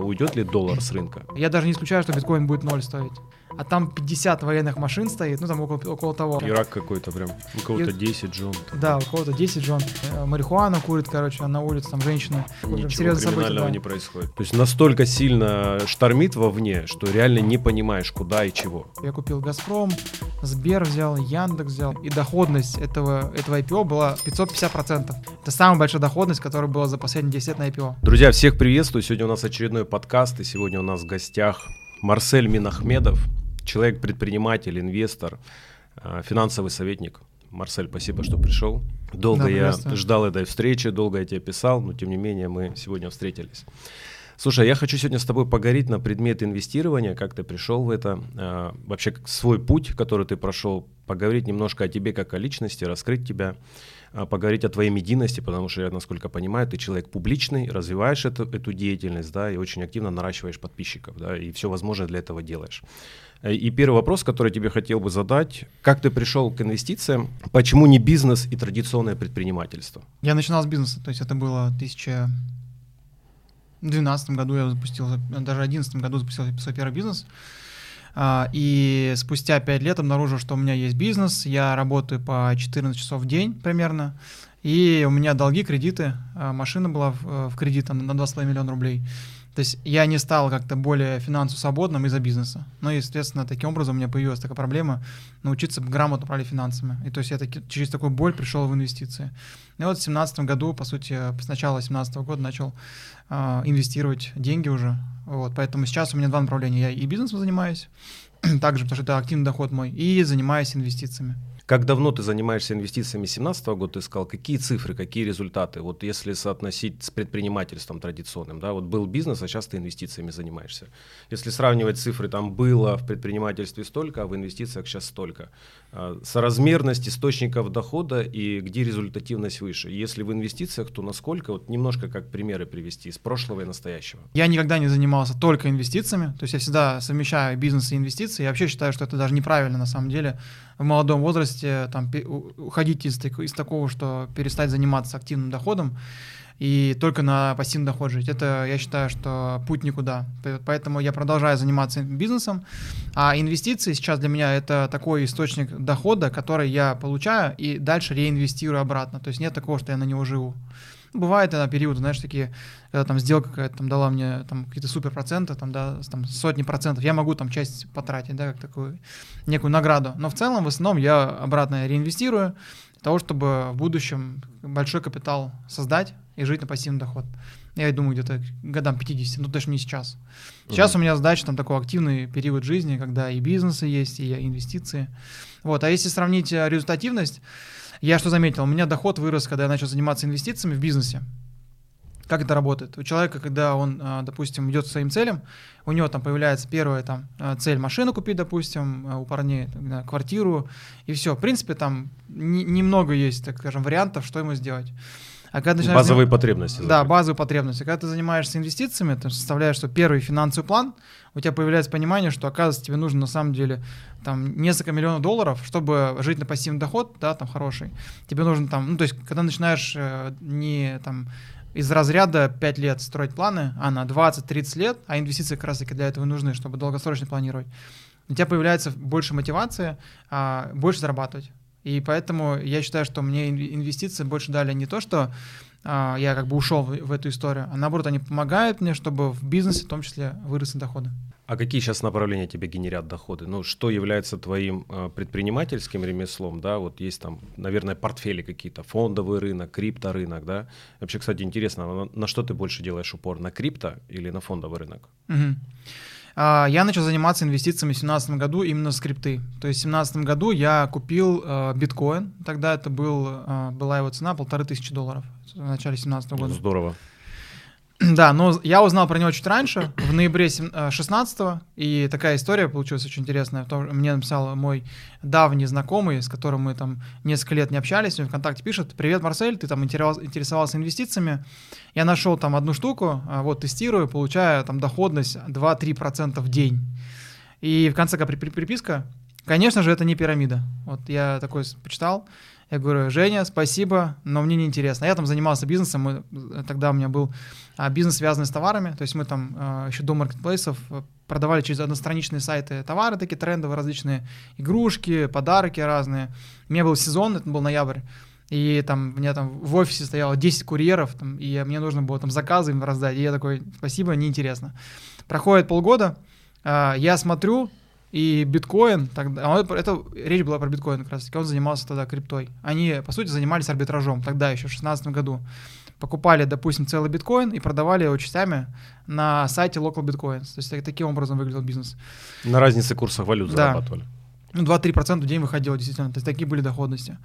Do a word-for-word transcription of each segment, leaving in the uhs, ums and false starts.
уйдет ли доллар с рынка? Я даже не исключаю, что биткоин будет ноль стоить. А там пятьдесят военных машин стоит, ну там около, около того. Ирак какой-то прям, у кого-то И... десять жен. Да, у кого-то десять жен. Марихуана курит, короче, на улице, там женщины. Ничего криминального да. не происходит. То есть настолько сильно штормит вовне, что реально не понимаешь, куда и чего. Я купил Газпром, Сбер взял, Яндекс взял. И доходность этого, этого ай пи о была пятьсот пятьдесят процентов. Это самая большая доходность, которая была за последние десять лет на ай пи о. Друзья, всех приветствую. Сегодня у нас очередной подкаст. И сегодня у нас в гостях Марсель Минахмедов. Человек-предприниматель, инвестор, финансовый советник. Марсель, спасибо, что пришел. Долго да, я ждал этой встречи, долго я тебе писал, но тем не менее мы сегодня встретились. Слушай, я хочу сегодня с тобой поговорить на предмет инвестирования, как ты пришел в это, вообще свой путь, который ты прошел, поговорить немножко о тебе как о личности, раскрыть тебя, поговорить о твоей медийности, потому что я, насколько понимаю, ты человек публичный, развиваешь эту, эту деятельность, да, и очень активно наращиваешь подписчиков, да, и все возможное для этого делаешь. И первый вопрос, который я тебе хотел бы задать, как ты пришел к инвестициям, почему не бизнес и традиционное предпринимательство? Я начинал с бизнеса, то есть это было в две тысячи двенадцатом году я запустил, даже в две тысячи одиннадцатом году запустил свой первый бизнес. И спустя пять лет обнаружил, что у меня есть бизнес, я работаю по четырнадцать часов в день примерно, и у меня долги, кредиты, машина была в, в кредит на два с половиной миллиона рублей. То есть я не стал как-то более финансово свободным из-за бизнеса. Ну и, естественно, таким образом у меня появилась такая проблема научиться грамотно управлять финансами. И то есть я таки, через такую боль пришел в инвестиции. И вот в две тысячи семнадцатом году, по сути, с начала две тысячи семнадцатого года начал э, инвестировать деньги уже. Вот, поэтому сейчас у меня два направления. Я и бизнесом занимаюсь, также, потому что это активный доход мой, и занимаюсь инвестициями. Как давно ты занимаешься инвестициями? С две тысячи семнадцатого года ты сказал, какие цифры, какие результаты? Вот если соотносить с предпринимательством традиционным, да, вот был бизнес, а сейчас ты инвестициями занимаешься. Если сравнивать цифры, там было в предпринимательстве столько, а в инвестициях сейчас столько. Соразмерность источников дохода и где результативность выше. Если в инвестициях, то насколько? Вот немножко как примеры привести из прошлого и настоящего. Я никогда не занимался только инвестициями, то есть я всегда совмещаю бизнес и инвестиции. Я вообще считаю, что это даже неправильно на самом деле в молодом возрасте там, уходить из, из такого, что перестать заниматься активным доходом и только на пассивный доход жить. Это, я считаю, что путь никуда. Поэтому я продолжаю заниматься бизнесом. А инвестиции сейчас для меня это такой источник дохода, который я получаю и дальше реинвестирую обратно. То есть нет такого, что я на него живу. Бывает на периоды, знаешь, такие, когда там сделка какая-то там дала мне там какие-то суперпроценты, там, да, там сотни процентов, я могу там часть потратить, да, как такую некую награду. Но в целом, в основном, я обратно реинвестирую для того, чтобы в будущем большой капитал создать и жить на пассивный доход. Я думаю, где-то к годам пятидесяти, ну даже не сейчас. Сейчас uh-huh. у меня задача там такой активный период жизни, когда и бизнесы есть, и инвестиции. Вот. А если сравнить результативность, я что заметил, у меня доход вырос, когда я начал заниматься инвестициями в бизнесе. Как это работает? У человека, когда он, допустим, идет к своим целям, у него там появляется первая там, цель машину купить, допустим, у парней там, квартиру, и все. В принципе, там немного есть, так скажем, вариантов, что ему сделать. А когда начинаешь базовые заним... потребности. Да, закрыть. базовые потребности. Когда ты занимаешься инвестициями, ты составляешь свой первый финансовый план, у тебя появляется понимание, что, оказывается, тебе нужно на самом деле там, несколько миллионов долларов, чтобы жить на пассивный доход, да, там хороший. Тебе нужно там, ну то есть, когда начинаешь э, не там из разряда пять лет строить планы, а на двадцать-тридцать лет, а инвестиции как раз таки для этого нужны, чтобы долгосрочно планировать, у тебя появляется больше мотивации, а, больше зарабатывать. И поэтому я считаю, что мне инвестиции больше дали не то, что а, я как бы ушел в, в эту историю, а наоборот, они помогают мне, чтобы в бизнесе в том числе выросли доходы. А какие сейчас направления тебе генерят доходы? Ну, что является твоим э, предпринимательским ремеслом, да? Вот есть там, наверное, портфели какие-то, фондовый рынок, крипторынок, да? Вообще, кстати, интересно, на, на что ты больше делаешь упор, на крипто или на фондовый рынок? Угу. Я начал заниматься инвестициями в две тысячи семнадцатом году именно с крипты. То есть в две тысячи семнадцатом году я купил э, биткоин. Тогда это был, э, была его цена полторы тысячи долларов в начале две тысячи семнадцатого года. Здорово. Да, но я узнал про него чуть раньше, в ноябре шестнадцатого, и такая история получилась очень интересная. Мне написал мой давний знакомый, с которым мы там несколько лет не общались, он ВКонтакте пишет: «Привет, Марсель, ты там интересовался инвестициями, я нашел там одну штуку, вот тестирую, получаю там доходность два-три процента в день». И в конце как приписка: «Конечно же, это не пирамида». Вот я такой почитал, Я говорю: Женя, спасибо, но мне не интересно. Я там занимался бизнесом, мы, тогда у меня был а, бизнес, связанный с товарами, то есть мы там а, еще до маркетплейсов продавали через одностраничные сайты товары такие трендовые, различные игрушки, подарки разные. У меня был сезон, это был ноябрь, и там у меня там в офисе стояло десять курьеров, там, и мне нужно было там заказы им раздать, и я такой: спасибо, неинтересно. Проходит полгода, а, я смотрю, и биткоин, тогда, это речь была про биткоин как раз, он занимался тогда криптой. Они, по сути, занимались арбитражом тогда еще, в шестнадцатом году. Покупали, допустим, целый биткоин и продавали его частями на сайте Local Bitcoins. То есть таким образом выглядел бизнес. На разнице курсов валют да. зарабатывали. Ну, два-три процента в день выходило, действительно. То есть такие были доходности.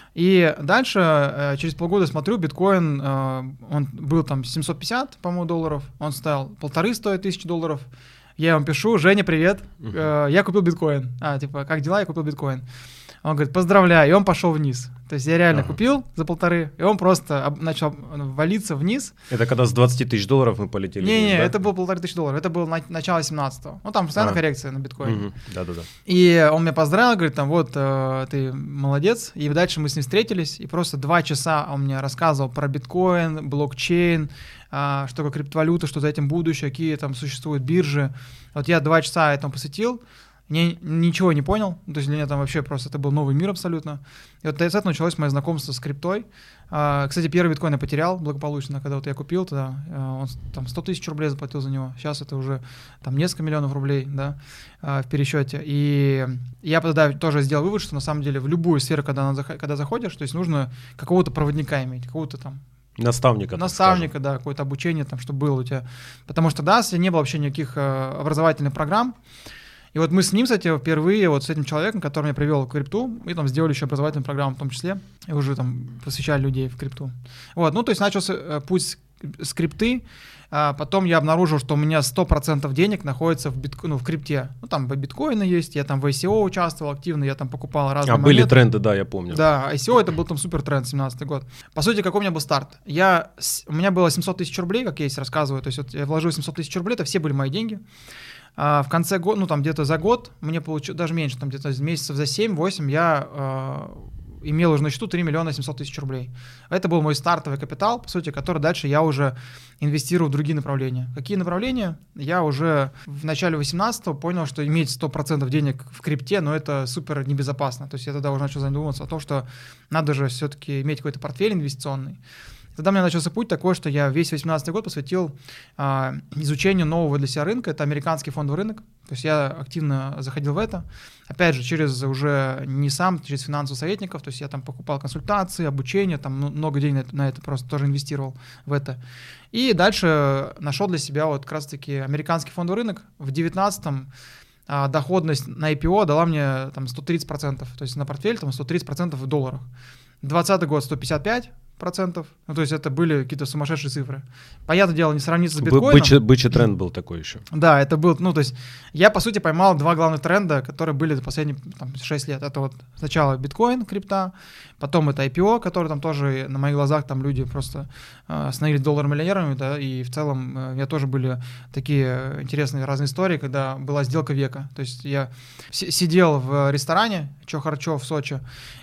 И дальше, через полгода смотрю, биткоин, он был там семьсот пятьдесят, по-моему, долларов. Он стоял полторы стоит тысячи долларов. Я ему пишу: Женя, привет, uh-huh. я купил биткоин. А, типа, как дела? Я купил биткоин. Он говорит: поздравляю, и он пошел вниз. То есть я реально uh-huh. купил за полторы, и он просто начал валиться вниз. Это когда с двадцати тысяч долларов мы полетели? Не-не, да? это было полторы тысячи долларов, это было на- начало семнадцатого. Ну, там постоянно uh-huh. коррекция на биткоине. Uh-huh. Да-да-да. И он меня поздравил, говорит: там, вот, э, ты молодец. И дальше мы с ним встретились, и просто два часа он мне рассказывал про биткоин, блокчейн, что такое криптовалюта, что за этим будущее, какие там существуют биржи. Вот я два часа этому посвятил, не, ничего не понял, то есть для меня там вообще просто это был новый мир абсолютно. И вот с этого началось мое знакомство с криптой. Кстати, первый биткоин я потерял благополучно, когда вот я купил тогда, он там сто тысяч рублей заплатил за него, сейчас это уже там несколько миллионов рублей, да, в пересчете. И я тогда тоже сделал вывод, что на самом деле в любую сферу, когда, когда заходишь, то есть нужно какого-то проводника иметь, какого-то там Наставника. Наставника, да, какое-то обучение там, чтобы было у тебя. Потому что, да, не было вообще никаких э, образовательных программ. И вот мы с ним, кстати, впервые, вот с этим человеком, который меня привел в крипту, мы там сделали еще образовательную программу в том числе, и уже там посвящали людей в крипту. Вот, ну, то есть начался э, путь с крипты, а потом я обнаружил, что у меня сто процентов денег находится в, битко... ну, в крипте. Ну, там биткоины есть, я там в ай си о участвовал активно, я там покупал разные А монеты. были тренды, да, я помню. Да, ай си о это был там супер тренд, семнадцатый год. По сути, какой у меня был старт? Я... У меня было семьсот тысяч рублей, как я здесь рассказываю, то есть вот я вложил семьсот тысяч рублей, это все были мои деньги. А в конце года, ну там где-то за год, мне получилось, даже меньше, там где-то месяцев за семь-восемь я э, имел уже на счету три миллиона семьсот тысяч рублей. Это был мой стартовый капитал, по сути, который дальше я уже инвестирую в другие направления. Какие направления? Я уже в начале восемнадцатого понял, что иметь сто процентов денег в крипте, ну это супер небезопасно. То есть я тогда уже начал задумываться о том, что надо же все-таки иметь какой-то портфель инвестиционный. Тогда у меня начался путь такой, что я весь восемнадцатый год посвятил а, изучению нового для себя рынка. Это американский фондовый рынок. То есть я активно заходил в это. Опять же, через уже не сам, через финансовых советников. То есть я там покупал консультации, обучение, там много денег на это, на это просто тоже инвестировал в это. И дальше нашел для себя вот как раз-таки американский фондовый рынок. В девятнадцатом а, доходность на ай пи о дала мне там сто тридцать процентов. То есть на портфель там сто тридцать процентов в долларах. двадцатый год сто пятьдесят пять процентов. Ну, то есть это были какие-то сумасшедшие цифры. Понятное дело, не сравнится с биткоином. Бычий, бычий тренд был такой еще. Да, это был, ну, то есть я, по сути, поймал два главных тренда, которые были за последние там, шесть лет. Это вот сначала биткоин, крипта, потом это ай пи о, который там тоже на моих глазах там люди просто э, становились доллар-миллионерами, да, и в целом э, у меня тоже были такие интересные разные истории, когда была сделка века. То есть я с- сидел в ресторане Чохарчо в Сочи,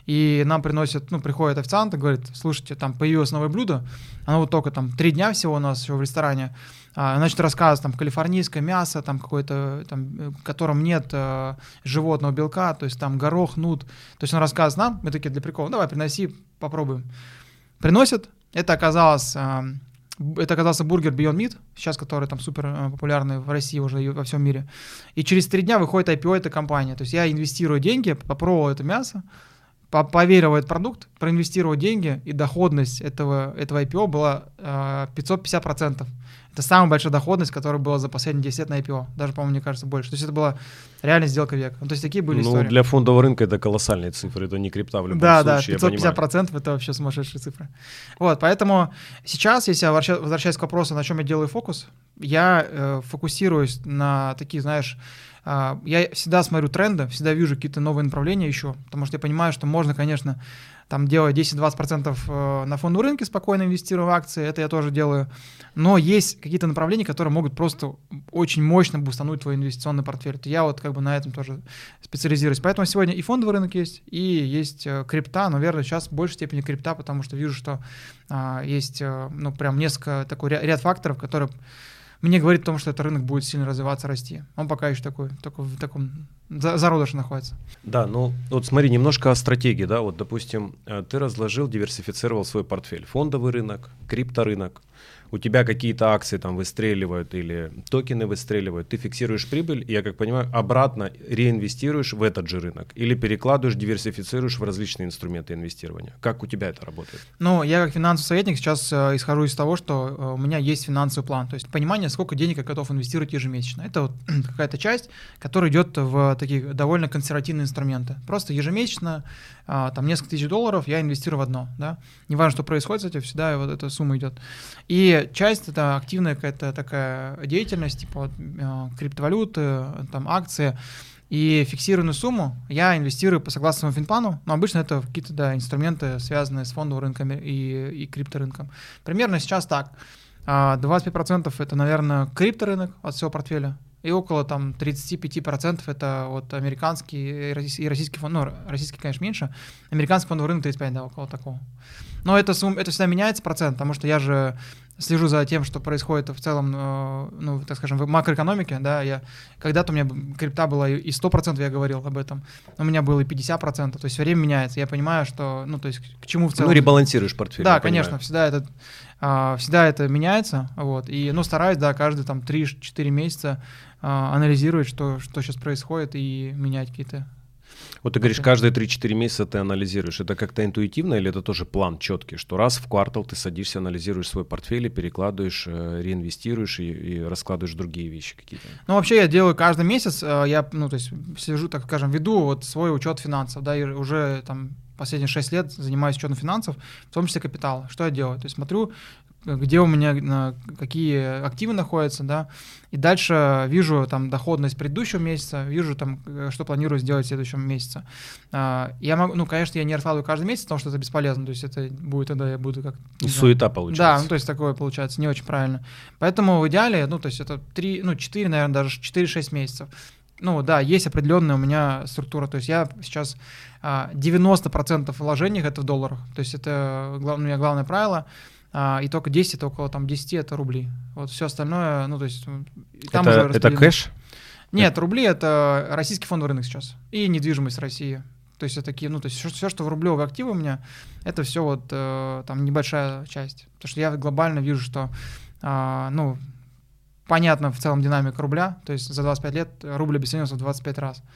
и нам приносят, ну, приходит официант и говорит: слушайте, там появилось новое блюдо, оно вот только там три дня всего у нас еще в ресторане, а, значит, рассказывает, там, калифорнийское мясо, там, какое-то, там, в котором нет а, животного белка, то есть там горох, нут, то есть он рассказывает нам, мы такие для прикола: давай, приноси, попробуем. Приносят, это оказалось... А, Это оказался бургер Beyond Meat, сейчас который там супер популярный в России уже и во всем мире. И через три дня выходит ай пи о этой компании. То есть я инвестирую деньги, попробовал это мясо, поверил в этот продукт, проинвестировал деньги, и доходность этого, этого ай пи о была э, пятьсот пятьдесят процентов. Это самая большая доходность, которая была за последние десять лет на ай пи о. Даже, по-моему, мне кажется, больше. То есть это была реально сделка века. Ну, то есть такие были ну, истории. Для фондового рынка это колоссальные цифры, это не крипта в любом да, случае. Да, пятьсот пятьдесят процентов это вообще сумасшедшие цифры. Вот, поэтому сейчас, если я возвращаюсь к вопросу, на чем я делаю фокус, я э, фокусируюсь на такие, знаешь, э, я всегда смотрю тренды, всегда вижу какие-то новые направления еще, потому что я понимаю, что можно, конечно, там делаю десять-двадцать процентов на фондовом рынке, спокойно инвестирую в акции, это я тоже делаю. Но есть какие-то направления, которые могут просто очень мощно бустануть твой инвестиционный портфель. Я вот как бы на этом тоже специализируюсь. Поэтому сегодня и фондовый рынок есть, и есть крипта. Наверное, сейчас в большей степени крипта, потому что вижу, что а, есть ну, прям несколько, такой ряд, ряд факторов, которые мне говорят о том, что этот рынок будет сильно развиваться, расти. Он пока еще такой, такой в таком зародыше находится. Да, ну вот смотри, немножко о стратегии, да, вот допустим, ты разложил, диверсифицировал свой портфель. Фондовый рынок, крипторынок. У тебя какие-то акции там выстреливают или токены выстреливают, ты фиксируешь прибыль, и, я как понимаю, обратно реинвестируешь в этот же рынок или перекладываешь, диверсифицируешь в различные инструменты инвестирования. Как у тебя это работает? Ну, я как финансовый советник сейчас э, исхожу из того, что э, у меня есть финансовый план, то есть понимание, сколько денег я готов инвестировать ежемесячно. Это вот какая-то часть, которая идет в такие довольно консервативные инструменты. Просто ежемесячно э, там несколько тысяч долларов я инвестирую в одно, да. Неважно, что происходит с этим, всегда вот эта сумма идет. И часть — это активная какая-то такая деятельность, типа вот, э, криптовалюты, там акции, и фиксированную сумму я инвестирую по согласно своему финплану, но обычно это какие-то да, инструменты, связанные с фондовым рынком и, и крипторынком. Примерно сейчас так. двадцать пять процентов это, наверное, крипторынок от всего портфеля, и около там тридцать пять процентов это вот американский и российский фонд, ну, российский, конечно, меньше, американский фондовый рынок тридцать пять, да, около такого. Но это, это всегда меняется процент, потому что я же слежу за тем, что происходит в целом, ну, так скажем, в макроэкономике, да, я, когда-то у меня крипта была и сто процентов я говорил об этом, у меня было и пятьдесят процентов, то есть все время меняется, я понимаю, что, ну, то есть к чему в целом... Ну, ребалансируешь портфель. Да, конечно, всегда это, всегда это меняется, вот, и, ну, стараюсь, да, каждые там три-четыре месяца анализировать, что, что сейчас происходит, и менять какие-то... Вот ты говоришь, каждые три-четыре месяца ты анализируешь. Это как-то интуитивно или это тоже план четкий, что раз в квартал ты садишься, анализируешь свой портфель, и перекладываешь, реинвестируешь и, и раскладываешь другие вещи какие-то? Ну, вообще я делаю каждый месяц, я, ну, то есть сижу, так скажем, веду вот свой учет финансов, да, и уже там последние шесть лет занимаюсь учетом финансов, в том числе капитала. Что я делаю? То есть смотрю, где у меня какие активы находятся, да, и дальше вижу там доходность предыдущего месяца, вижу там, что планирую сделать в следующем месяце. Я могу, ну, конечно, я не раскладываю каждый месяц, потому что это бесполезно, то есть это будет, тогда я буду как... Суета получается. Да, ну, то есть такое получается не очень правильно. Поэтому в идеале, ну, то есть это три, ну, четыре, наверное, даже четыре-шесть месяцев. Ну, да, есть определенная у меня структура, то есть я сейчас девяносто процентов вложений это в долларах, то есть это у меня главное правило. Uh, и только десять, это около там, десять это рубли. Вот все остальное, ну, то есть... Там это, уже это кэш? Нет, это... рубли — это российский фондовый рынок сейчас. И недвижимость России. То есть это такие, ну, то есть все, что в рублевые активы у меня, это все вот э, там небольшая часть. Потому что я глобально вижу, что, э, ну, понятно в целом динамика рубля. То есть за двадцать пять лет рубль обесценился в двадцать пять раз.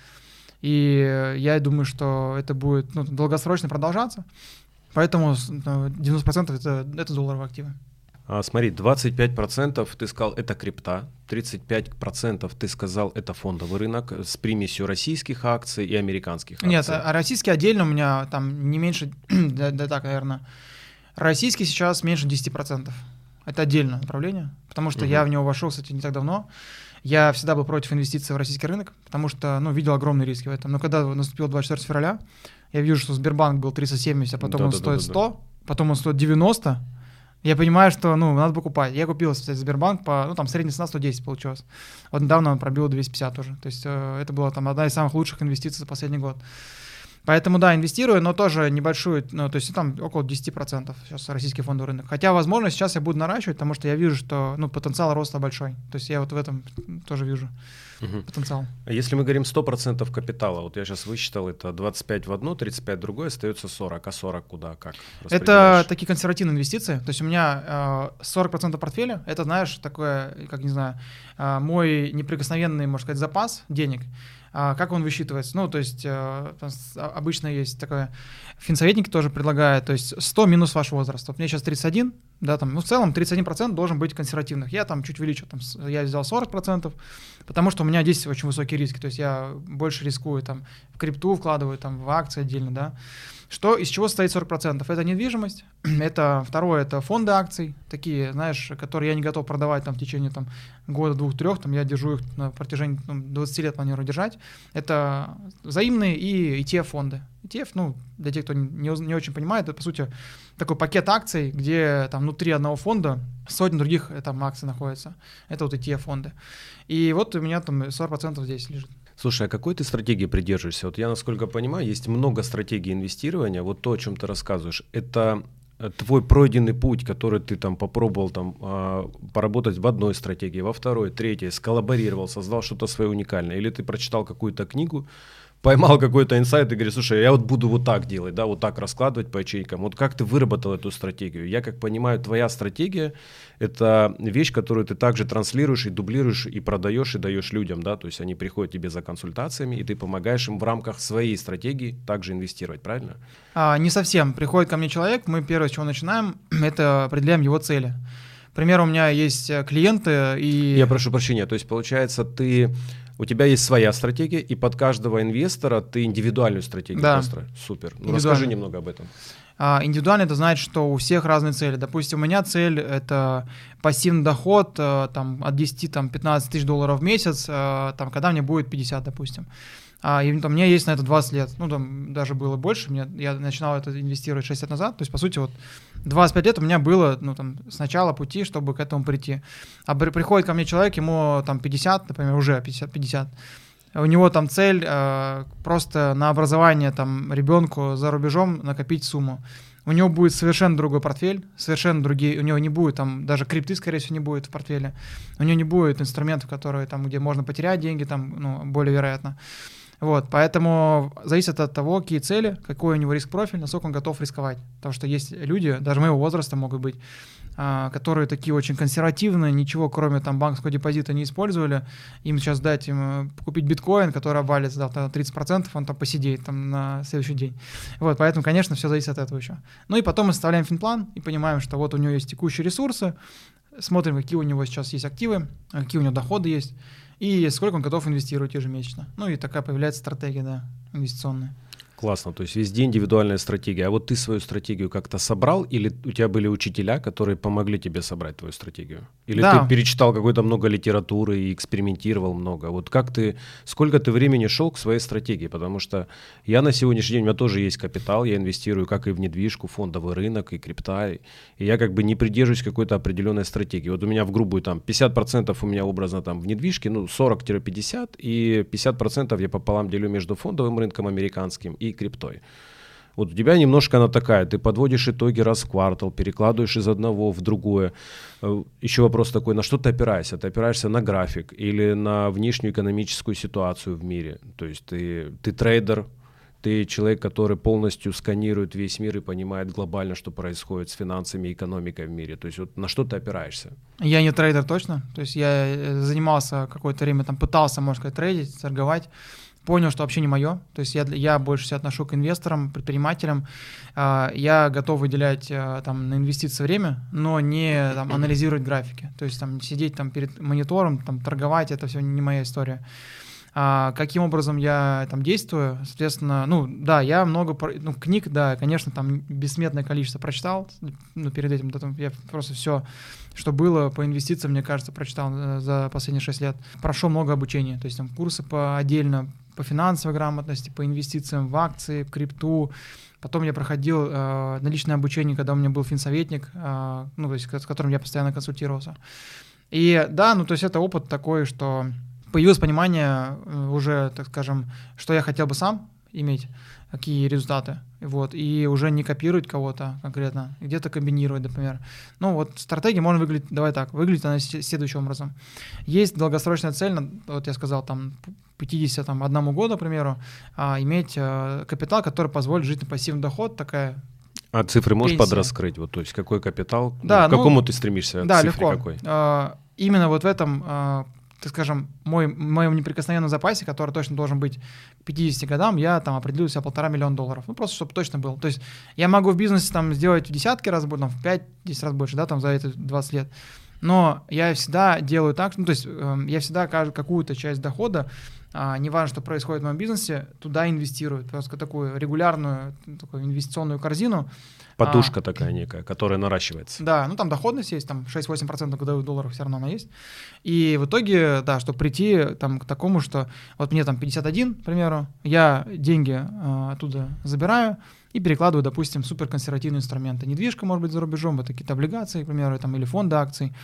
И я думаю, что это будет, ну, долгосрочно продолжаться. Поэтому девяносто процентов это, это долларовые активы. А, смотри, двадцать пять процентов ты сказал это крипта, тридцать пять процентов ты сказал это фондовый рынок с примесью российских акций и американских акций. Нет, а российский отдельно у меня там не меньше, да, да так, наверное, российский сейчас меньше десять процентов. Это отдельное направление, потому что угу. я в него вошел, кстати, не так давно. Я всегда был против инвестиций в российский рынок, потому что, ну, видел огромные риски в этом. Но когда наступил двадцать четвёртого февраля, я вижу, что Сбербанк был триста семьдесят, а потом да, он да, стоит да, сто, да. потом он стоит девяносто. Я понимаю, что, ну, надо покупать. Я купил, кстати, Сбербанк по, ну, там, средняя цена сто десять получилось. Вот недавно он пробил двести пятьдесят тоже. То есть э, это была там одна из самых лучших инвестиций за последний год. Поэтому, да, инвестирую, но тоже небольшую, ну, то есть там около десять процентов сейчас российский фондовый рынок. Хотя, возможно, сейчас я буду наращивать, потому что я вижу, что, ну, потенциал роста большой. То есть я вот в этом тоже вижу угу. потенциал. А если мы говорим сто процентов капитала, вот я сейчас высчитал, это двадцать пять в одну, тридцать пять в другое, остается сорок. А сорок куда, как? Это такие консервативные инвестиции. То есть у меня э, сорок процентов портфеля, это, знаешь, такое, как, не знаю, э, мой неприкосновенный, можно сказать, запас денег. Как он высчитывается? Ну, то есть обычно есть такое, финсоветники тоже предлагают, то есть сто минус ваш возраст. Вот мне сейчас тридцать один, да, там, ну, в целом тридцать один процент должен быть консервативных. Я там чуть увеличил, там, я взял сорок процентов, потому что у меня здесь очень высокие риски, то есть я больше рискую, там, в крипту вкладываю, там, в акции отдельно, да. Что, из чего состоит сорок процентов? Это недвижимость, это второе, это фонды акций, такие, знаешь, которые я не готов продавать там в течение там года, двух, трех, там я держу их на протяжении там, двадцати лет планирую держать. Это взаимные и и ти эф-фонды. и ти эф, ну, для тех, кто не, не очень понимает, это, по сути, такой пакет акций, где там внутри одного фонда сотни других там акций находятся. Это вот и ти эф-фонды. И вот у меня там сорок процентов здесь лежит. Слушай, а какой ты стратегии придерживаешься? Вот я, насколько понимаю, есть много стратегий инвестирования. Вот то, о чем ты рассказываешь, это твой пройденный путь, который ты там попробовал там поработать в одной стратегии, во второй, третьей, сколлаборировал, создал что-то свое уникальное. Или ты прочитал какую-то книгу, поймал какой-то инсайт и говоришь, слушай, я вот буду вот так делать, да, вот так раскладывать по ячейкам. Вот как ты выработал эту стратегию? Я как понимаю, твоя стратегия – это вещь, которую ты также транслируешь и дублируешь, и продаешь, и даешь людям, да, то есть они приходят тебе за консультациями, и ты помогаешь им в рамках своей стратегии также инвестировать, правильно? А, не совсем. Приходит ко мне человек, мы первое, с чего начинаем, это определяем его цели. К примеру, у меня есть клиенты и… Я прошу прощения, то есть получается ты… У тебя есть своя стратегия, и под каждого инвестора ты индивидуальную стратегию да. построишь. Супер. Ну, расскажи немного об этом. А, индивидуально это значит, что у всех разные цели. Допустим, у меня цель – это пассивный доход там, от десяти-пятнадцати тысяч долларов в месяц, там, когда мне будет пятьдесят, допустим. А, и там, у меня есть на это двадцать лет, ну там даже было больше, мне, я начинал это инвестировать шесть лет назад, то есть по сути вот двадцать пять лет у меня было ну, там, с начала пути, чтобы к этому прийти. А при, приходит ко мне человек, ему там пятьдесят, например, уже пятьдесят, у него там цель э, просто на образование там, ребенку за рубежом накопить сумму. У него будет совершенно другой портфель, совершенно другие, у него не будет там, даже крипты, скорее всего, не будет в портфеле, у него не будет инструментов, которые там, где можно потерять деньги, там, ну, более вероятно. Вот, поэтому зависит от того, какие цели, какой у него риск-профиль, насколько он готов рисковать. Потому что есть люди, даже моего возраста могут быть, которые такие очень консервативные, ничего кроме там банковского депозита не использовали. Им сейчас дать им купить биткоин, который обвалится завтра на тридцать процентов, он там посидеет там, на следующий день. Вот, поэтому, конечно, все зависит от этого еще. Ну и потом мы составляем финплан и понимаем, что вот у него есть текущие ресурсы, смотрим, какие у него сейчас есть активы, какие у него доходы есть, и сколько он готов инвестировать ежемесячно. Ну и такая появляется стратегия, да, инвестиционная. Классно, то есть везде индивидуальная стратегия. А вот ты свою стратегию как-то собрал, или у тебя были учителя, которые помогли тебе собрать твою стратегию? Или да. ты перечитал какой-то много литературы и экспериментировал много? Вот как ты, сколько ты времени шел к своей стратегии? Потому что я на сегодняшний день, у меня тоже есть капитал, я инвестирую как и в недвижку, фондовый рынок, и крипта, и я как бы не придерживаюсь какой-то определенной стратегии. Вот у меня в грубую там пятьдесят процентов у меня образно там в недвижке, ну сорок-пятьдесят, и пятьдесят процентов я пополам делю между фондовым рынком американским и криптой. Вот у тебя немножко она такая, ты подводишь итоги раз в квартал, перекладываешь из одного в другое. Еще вопрос такой, на что ты опираешься? Ты опираешься на график или на внешнюю экономическую ситуацию в мире? То есть ты, ты трейдер, ты человек, который полностью сканирует весь мир и понимает глобально, что происходит с финансами и экономикой в мире. То есть вот на что ты опираешься? Я не трейдер точно. То есть я занимался какое-то время, там пытался, можно сказать, трейдить, торговать. Понял, что вообще не мое. То есть я, я больше себя отношу к инвесторам, предпринимателям. Я готов выделять там, на инвестиции время, но не там, анализировать графики. То есть там, сидеть там, перед монитором, там, торговать, это все не моя история. А, каким образом я там действую? Соответственно, ну да, я много ну, книг, да, конечно, там бессмертное количество прочитал. Ну, перед этим я просто все, что было по инвестициям, мне кажется, прочитал за последние шесть лет. Прошел много обучения, то есть там курсы по отдельно по финансовой грамотности, по инвестициям в акции, в крипту. Потом я проходил э, наличное обучение, когда у меня был финсоветник, э, ну, то есть, с которым я постоянно консультировался. И да, ну то есть это опыт такой, что появилось понимание э, уже, так скажем, что я хотел бы сам иметь, какие результаты, вот, и уже не копировать кого-то конкретно, где-то комбинировать, например. Ну вот стратегия может выглядеть, давай так, выглядит она следующим образом. Есть долгосрочная цель, вот я сказал, там, пятьдесят одному году, к примеру, а, иметь а, капитал, который позволит жить на пассивный доход, такая. А цифры можешь пенсия. Подраскрыть? Вот, то есть какой капитал, да, ну, к какому ну, ты стремишься? Да, цифре легко. Какой? А, именно вот в этом, а, так скажем, мой, моем неприкосновенном запасе, который точно должен быть к пятидесяти годам, я там определил себе полтора миллиона долларов. Ну, просто чтобы точно было. То есть я могу в бизнесе там сделать в десятки раз больше, там, в пять-десять раз больше, да, там за эти двадцать лет. Но я всегда делаю так, ну, то есть э, я всегда какую-то часть дохода, а, неважно, что происходит в моем бизнесе, туда инвестирую. Просто такую регулярную такую инвестиционную корзину. Подушка а, такая некая, которая наращивается. Да, ну там доходность есть, там шесть-восемь процентов годовых долларов все равно она есть. И в итоге, да, чтобы прийти там, к такому, что вот мне там пятьдесят один, к примеру, я деньги а, оттуда забираю и перекладываю, допустим, в суперконсервативные инструменты. Недвижка, может быть, за рубежом, это какие-то облигации, к примеру, там, или фонды акций,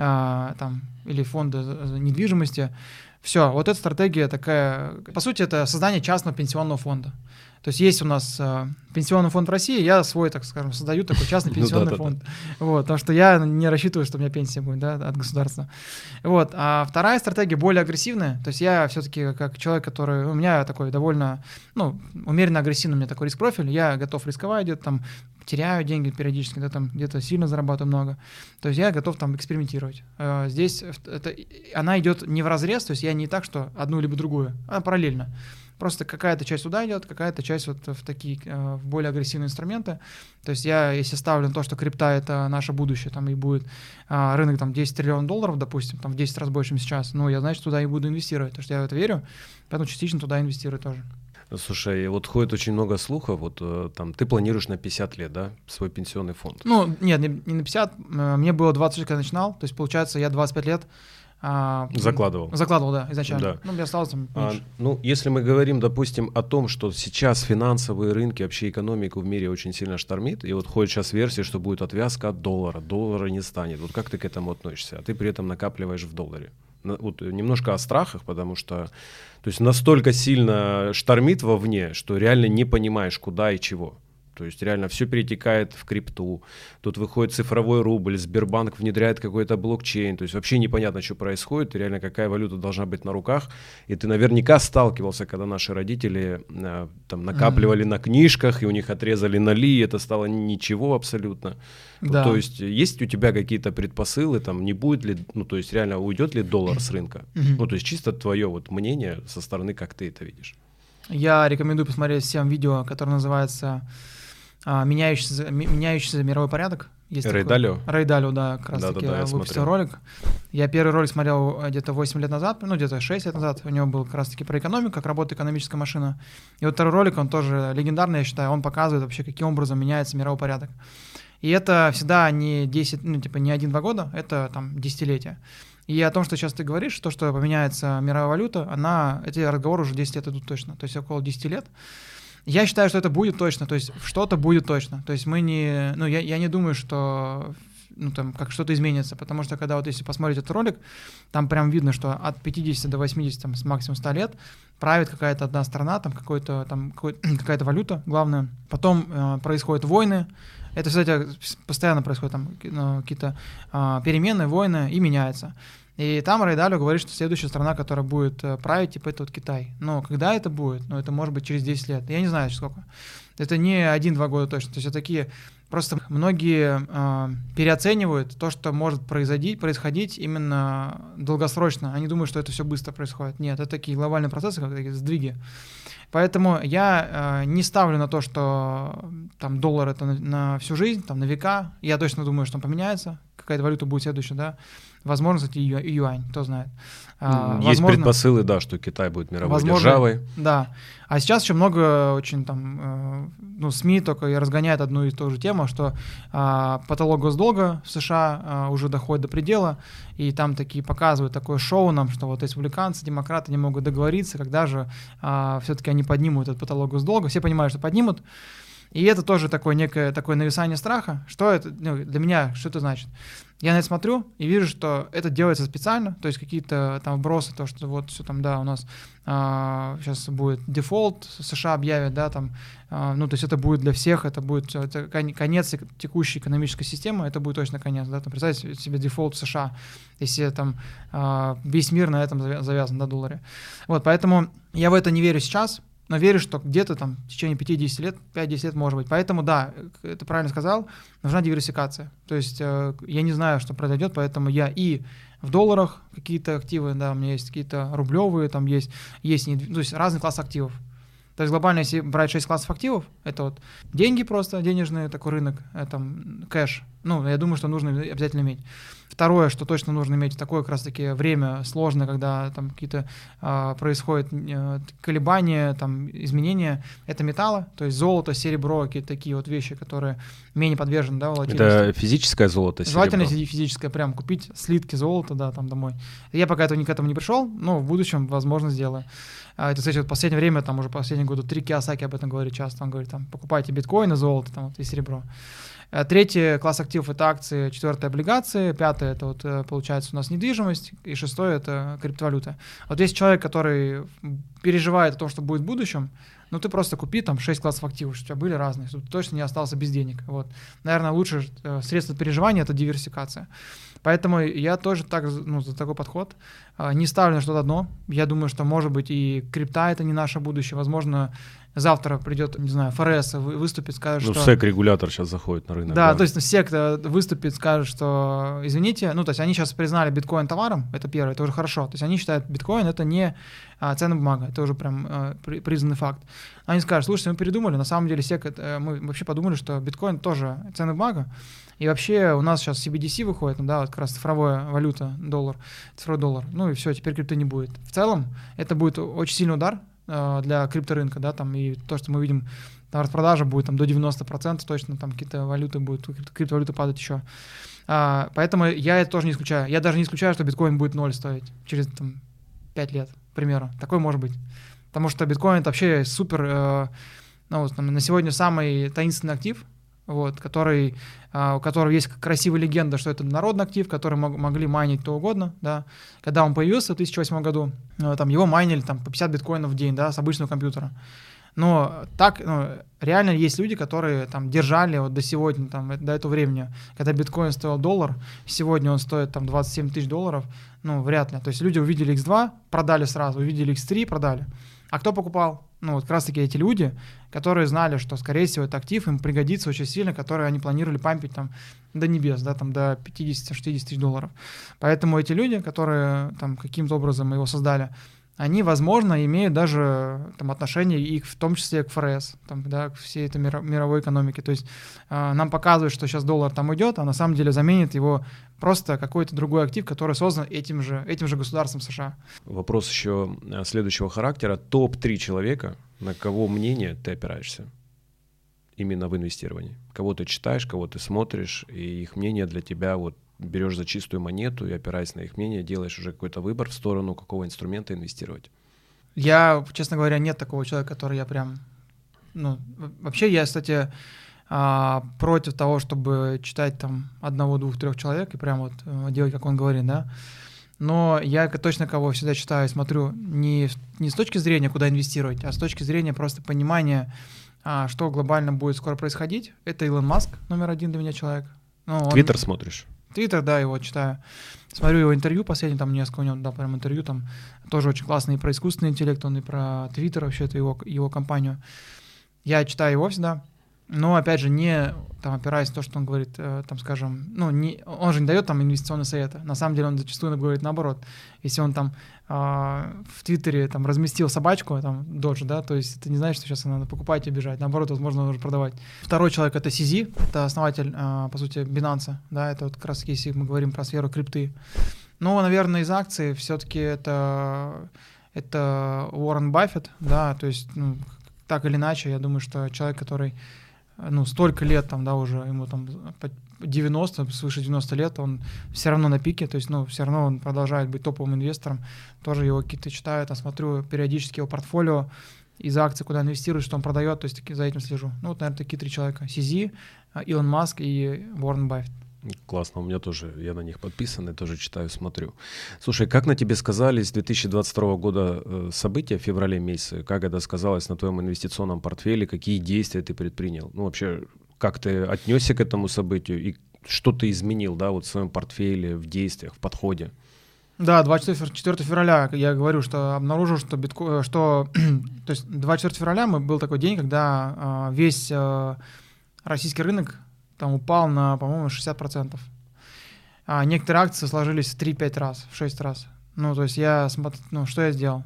а, там, или фонды недвижимости. Все, вот эта стратегия такая, по сути, это создание частного пенсионного фонда. То есть есть у нас э, пенсионный фонд в России, я свой, так скажем, создаю такой частный пенсионный фонд. Вот, потому что я не рассчитываю, что у меня пенсия будет, да, от государства. Вот. А вторая стратегия более агрессивная. То есть я все-таки как человек, который... У меня такой довольно, ну, умеренно агрессивный у меня такой риск-профиль. Я готов рисковать где-то там, теряю деньги периодически, да, там где-то сильно зарабатываю много. То есть я готов там экспериментировать. Э, здесь это, она идет не в разрез, то есть я не так, что одну либо другую, а параллельно. Просто какая-то часть туда идет, какая-то часть вот в такие, в более агрессивные инструменты. То есть я, если ставлю на то, что крипта — это наше будущее, там и будет а, рынок там десять триллионов долларов, допустим, там в десять раз больше, чем сейчас, ну, я, значит, туда и буду инвестировать, потому что я в это верю, поэтому частично туда инвестирую тоже. Слушай, вот ходит очень много слухов, вот там ты планируешь на пятьдесят лет, да, свой пенсионный фонд? Ну, нет, не, не на пятьдесят, мне было двадцать лет, когда начинал, то есть, получается, я двадцать пять лет А, закладывал. Закладывал, да, изначально. Да. Ну, мне осталось там меньше. А, ну, если мы говорим, допустим, о том, что сейчас финансовые рынки, вообще экономику в мире очень сильно штормит, и вот ходит сейчас версия, что будет отвязка от доллара, доллара не станет. Вот как ты к этому относишься? А ты при этом накапливаешь в долларе. Вот немножко о страхах, потому что то есть настолько сильно штормит вовне, что реально не понимаешь, куда и чего. То есть реально все перетекает в крипту. Тут выходит цифровой рубль, Сбербанк внедряет какой-то блокчейн. То есть вообще непонятно, что происходит, и реально какая валюта должна быть на руках. И ты наверняка сталкивался, когда наши родители э, там накапливали mm-hmm. на книжках, и у них отрезали ноли, и это стало ничего абсолютно. Да. То есть есть у тебя какие-то предпосылы, там не будет ли, ну то есть реально уйдет ли доллар с рынка? Mm-hmm. Ну то есть чисто твое вот мнение со стороны, как ты это видишь. Я рекомендую посмотреть всем видео, которое называется а, «Меняющийся, меняющийся мировой порядок». Рэй Далио? Рэй Далио, да, как раз да, таки да, да, выпустил ролик. Я первый ролик смотрел где-то восемь лет назад, ну где-то шесть лет назад. У него был как раз таки про экономику, как работает экономическая машина. И вот второй ролик, он тоже легендарный, я считаю, он показывает вообще, каким образом меняется мировой порядок. И это всегда не десять, ну типа не один-два года, это там десятилетия. И о том, что сейчас ты говоришь, то, что поменяется мировая валюта, она, эти разговоры уже десять лет идут точно, то есть около десяти лет. Я считаю, что это будет точно, то есть что-то будет точно. То есть мы не, ну я, я не думаю, что ну, там, как что-то изменится, потому что когда вот если посмотреть этот ролик, там прям видно, что от пятидесяти до восьмидесяти, там, с максимум ста лет правит какая-то одна страна, там, какой-то, там какой, какая-то валюта главная, потом э, происходят войны, это, кстати, постоянно происходит, там э, какие-то э, перемены, войны, и меняется. И там Рэй Далио говорит, что следующая страна, которая будет править, типа, это вот Китай. Но когда это будет? Ну, это может быть через десять лет. Я не знаю, сколько. Это не один-два года точно. То есть это такие... Просто многие э, переоценивают то, что может произойти, происходить именно долгосрочно. Они думают, что это все быстро происходит. Нет, это такие глобальные процессы, как такие сдвиги. Поэтому я э, не ставлю на то, что там доллар это на, на всю жизнь, там на века. Я точно думаю, что он поменяется. Какая-то валюта будет следующая, да. Возможно, кстати, ю, юань, кто знает. А, Есть возможно, предпосылы, да, что Китай будет мировой возможно, державой. Да. А сейчас еще много очень там, э, ну, СМИ только и разгоняют одну и ту же тему, что э, потолок госдолга в США э, уже доходит до предела, и там такие показывают такое шоу нам, что вот республиканцы, демократы не могут договориться, когда же э, все-таки они поднимут этот потолок госдолга. Все понимают, что поднимут. И это тоже такое некое такое нависание страха. Что это, ну, для меня, что это значит? Я на это смотрю и вижу, что это делается специально, то есть какие-то там вбросы, то, что вот все там, да, у нас а, сейчас будет дефолт, США объявят, да, там, а, ну, то есть это будет для всех, это будет это конец текущей экономической системы, это будет точно конец, да, там, представьте себе дефолт в США, если там а, весь мир на этом завязан, на долларе. Вот, поэтому я в это не верю сейчас, но верю, что где-то там в течение пяти-десяти лет, пять-десять лет может быть. Поэтому, да, ты правильно сказал, нужна диверсификация. То есть э, я не знаю, что произойдет, поэтому я и в долларах какие-то активы, да, у меня есть какие-то рублевые, там есть, есть, то есть разный класс активов. То есть глобально, если брать шесть классов активов, это вот деньги просто, денежный такой рынок, это там кэш, Ну, я думаю, что нужно обязательно иметь. Второе, что точно нужно иметь, такое как раз-таки время сложное, когда там какие-то э, происходят э, колебания, там, изменения, это металлы, то есть золото, серебро, какие-то такие вот вещи, которые менее подвержены, да, волатильности. Это физическое золото, серебро? Желательно физическое, прям купить слитки золота, да, там домой. Я пока этого, к этому не пришел, но в будущем, возможно, сделаю. Это, кстати, вот в последнее время, там уже последние годы, три Кийосаки об этом говорит часто, он говорит, там, покупайте биткоины, золото, там, вот, и серебро. Третий класс активов — это акции, четвертый — облигации, пятое — это вот, получается у нас недвижимость, и шестое — это криптовалюта. Вот есть человек, который переживает о том, что будет в будущем, ну ты просто купи там шесть классов активов, чтобы у тебя были разные, чтобы ты точно не остался без денег. Вот. Наверное, лучшее средство переживания — это диверсификация. Поэтому я тоже так, ну, за такой подход. Не ставлю на что-то одно. Я думаю, что, может быть, и крипта — это не наше будущее. Возможно, завтра придет, не знаю, эф эр эс выступит, скажет, ну, что... Ну, сэк-регулятор сейчас заходит на рынок. Да, да. то есть сек выступит, скажет, что, извините, ну, то есть они сейчас признали биткоин товаром, это первое, это уже хорошо. То есть они считают, биткоин — это не а, ценная бумага, это уже прям а, при, признанный факт. Они скажут, слушайте, мы передумали, на самом деле сек, это, мы вообще подумали, что биткоин тоже ценная бумага, и вообще у нас сейчас си би ди си выходит, ну, да, вот как раз цифровая валюта, доллар, цифровой доллар, ну и все, теперь крипты не будет. В целом это будет очень сильный удар э, для крипторынка, да, там, и то, что мы видим, там распродажа будет там до девяноста процентов точно, там какие-то валюты будут, криптовалюты падать еще. А, поэтому я это тоже не исключаю. Я даже не исключаю, что биткоин будет ноль стоить через там, пять лет, к примеру. Такое может быть. Потому что биткоин — это вообще супер, э, ну, там, на сегодня самый таинственный актив, вот, который, uh, у которого есть красивая легенда, что это народный актив, который мог, могли майнить кто угодно, да. Когда он появился в две тысячи восьмом году, uh, там его майнили там, по пятьдесят биткоинов в день, да, с обычного компьютера. Но так, ну, реально есть люди, которые там держали вот до сегодня, там, до этого времени, когда биткоин стоил доллар, сегодня он стоит там двадцать семь тысяч долларов, ну, вряд ли. То есть люди увидели икс два, продали сразу, увидели икс три, продали. А кто покупал? Ну, вот как раз-таки эти люди, которые знали, что, скорее всего, этот актив им пригодится очень сильно, которые они планировали пампить там до небес, да, там до пятьдесят-шестьдесят тысяч долларов. Поэтому эти люди, которые там каким-то образом его создали, они, возможно, имеют даже там отношение и в том числе к эф эр эс, там, да, к всей этой мир, мировой экономике. То есть э, нам показывают, что сейчас доллар там уйдет, а на самом деле заменит его просто какой-то другой актив, который создан этим же, этим же государством США. Вопрос еще следующего характера. топ три человека, на кого мнение ты опираешься именно в инвестировании? Кого ты читаешь, кого ты смотришь, и их мнение для тебя вот берешь за чистую монету и, опираясь на их мнение, делаешь уже какой-то выбор в сторону какого инструмента инвестировать? Я, честно говоря, нет такого человека, который я прям... Ну, вообще я, кстати, против того, чтобы читать там одного, двух, трех человек и прям вот делать, как он говорит, да. Но я точно кого всегда читаю и смотрю не, не с точки зрения, куда инвестировать, а с точки зрения просто понимания, что глобально будет скоро происходить. Это Илон Маск, номер один для меня человек. Ну, Твиттер он... смотришь? Твиттер, да, его читаю. Смотрю его интервью последнее, там несколько у него, да, прям интервью, там тоже очень классный и про искусственный интеллект, он и про Твиттер, вообще это его, его компанию. Я читаю его всегда, но, опять же, не там, опираясь на то, что он говорит, э, там, скажем, ну, не, он же не дает там инвестиционные советы. На самом деле он зачастую говорит наоборот. Если он там э, в Твиттере там разместил собачку, там, Dodge, да, то есть это не значит, что сейчас надо покупать и бежать. Наоборот, возможно, нужно продавать. Второй человек — это си зет, это основатель, э, по сути, Binance, да, это вот как раз, если мы говорим про сферу крипты. Но, наверное, из акций все-таки это, это Уоррен Баффет, да, то есть, ну, так или иначе, я думаю, что человек, который ну, столько лет, там, да, уже ему там девяносто, свыше девяноста лет, он все равно на пике, то есть, ну, все равно он продолжает быть топовым инвестором, тоже его какие-то читаю, там, смотрю периодически его портфолио из акций, куда инвестирует, что он продает, то есть за этим слежу. Ну, вот, наверное, такие три человека: си зет, Илон Маск и Уоррен Баффет. Классно, у меня тоже, я на них подписан и тоже читаю, смотрю. Слушай, как на тебе сказались две тысячи двадцать второго года события в феврале месяце? Как это сказалось на твоем инвестиционном портфеле? Какие действия ты предпринял? Ну, вообще, как ты отнесся к этому событию и что ты изменил, да, вот в своем портфеле, в действиях, в подходе? Да, двадцать четвёртого февраля я говорю, что обнаружил, что биткоин, что, то есть двадцать четвёртого февраля мы, был такой день, когда э, весь э, российский рынок там упал на, по-моему, шестьдесят процентов. А некоторые акции сложились в три-пять раз, в шесть раз. Ну, то есть я, ну, что я сделал?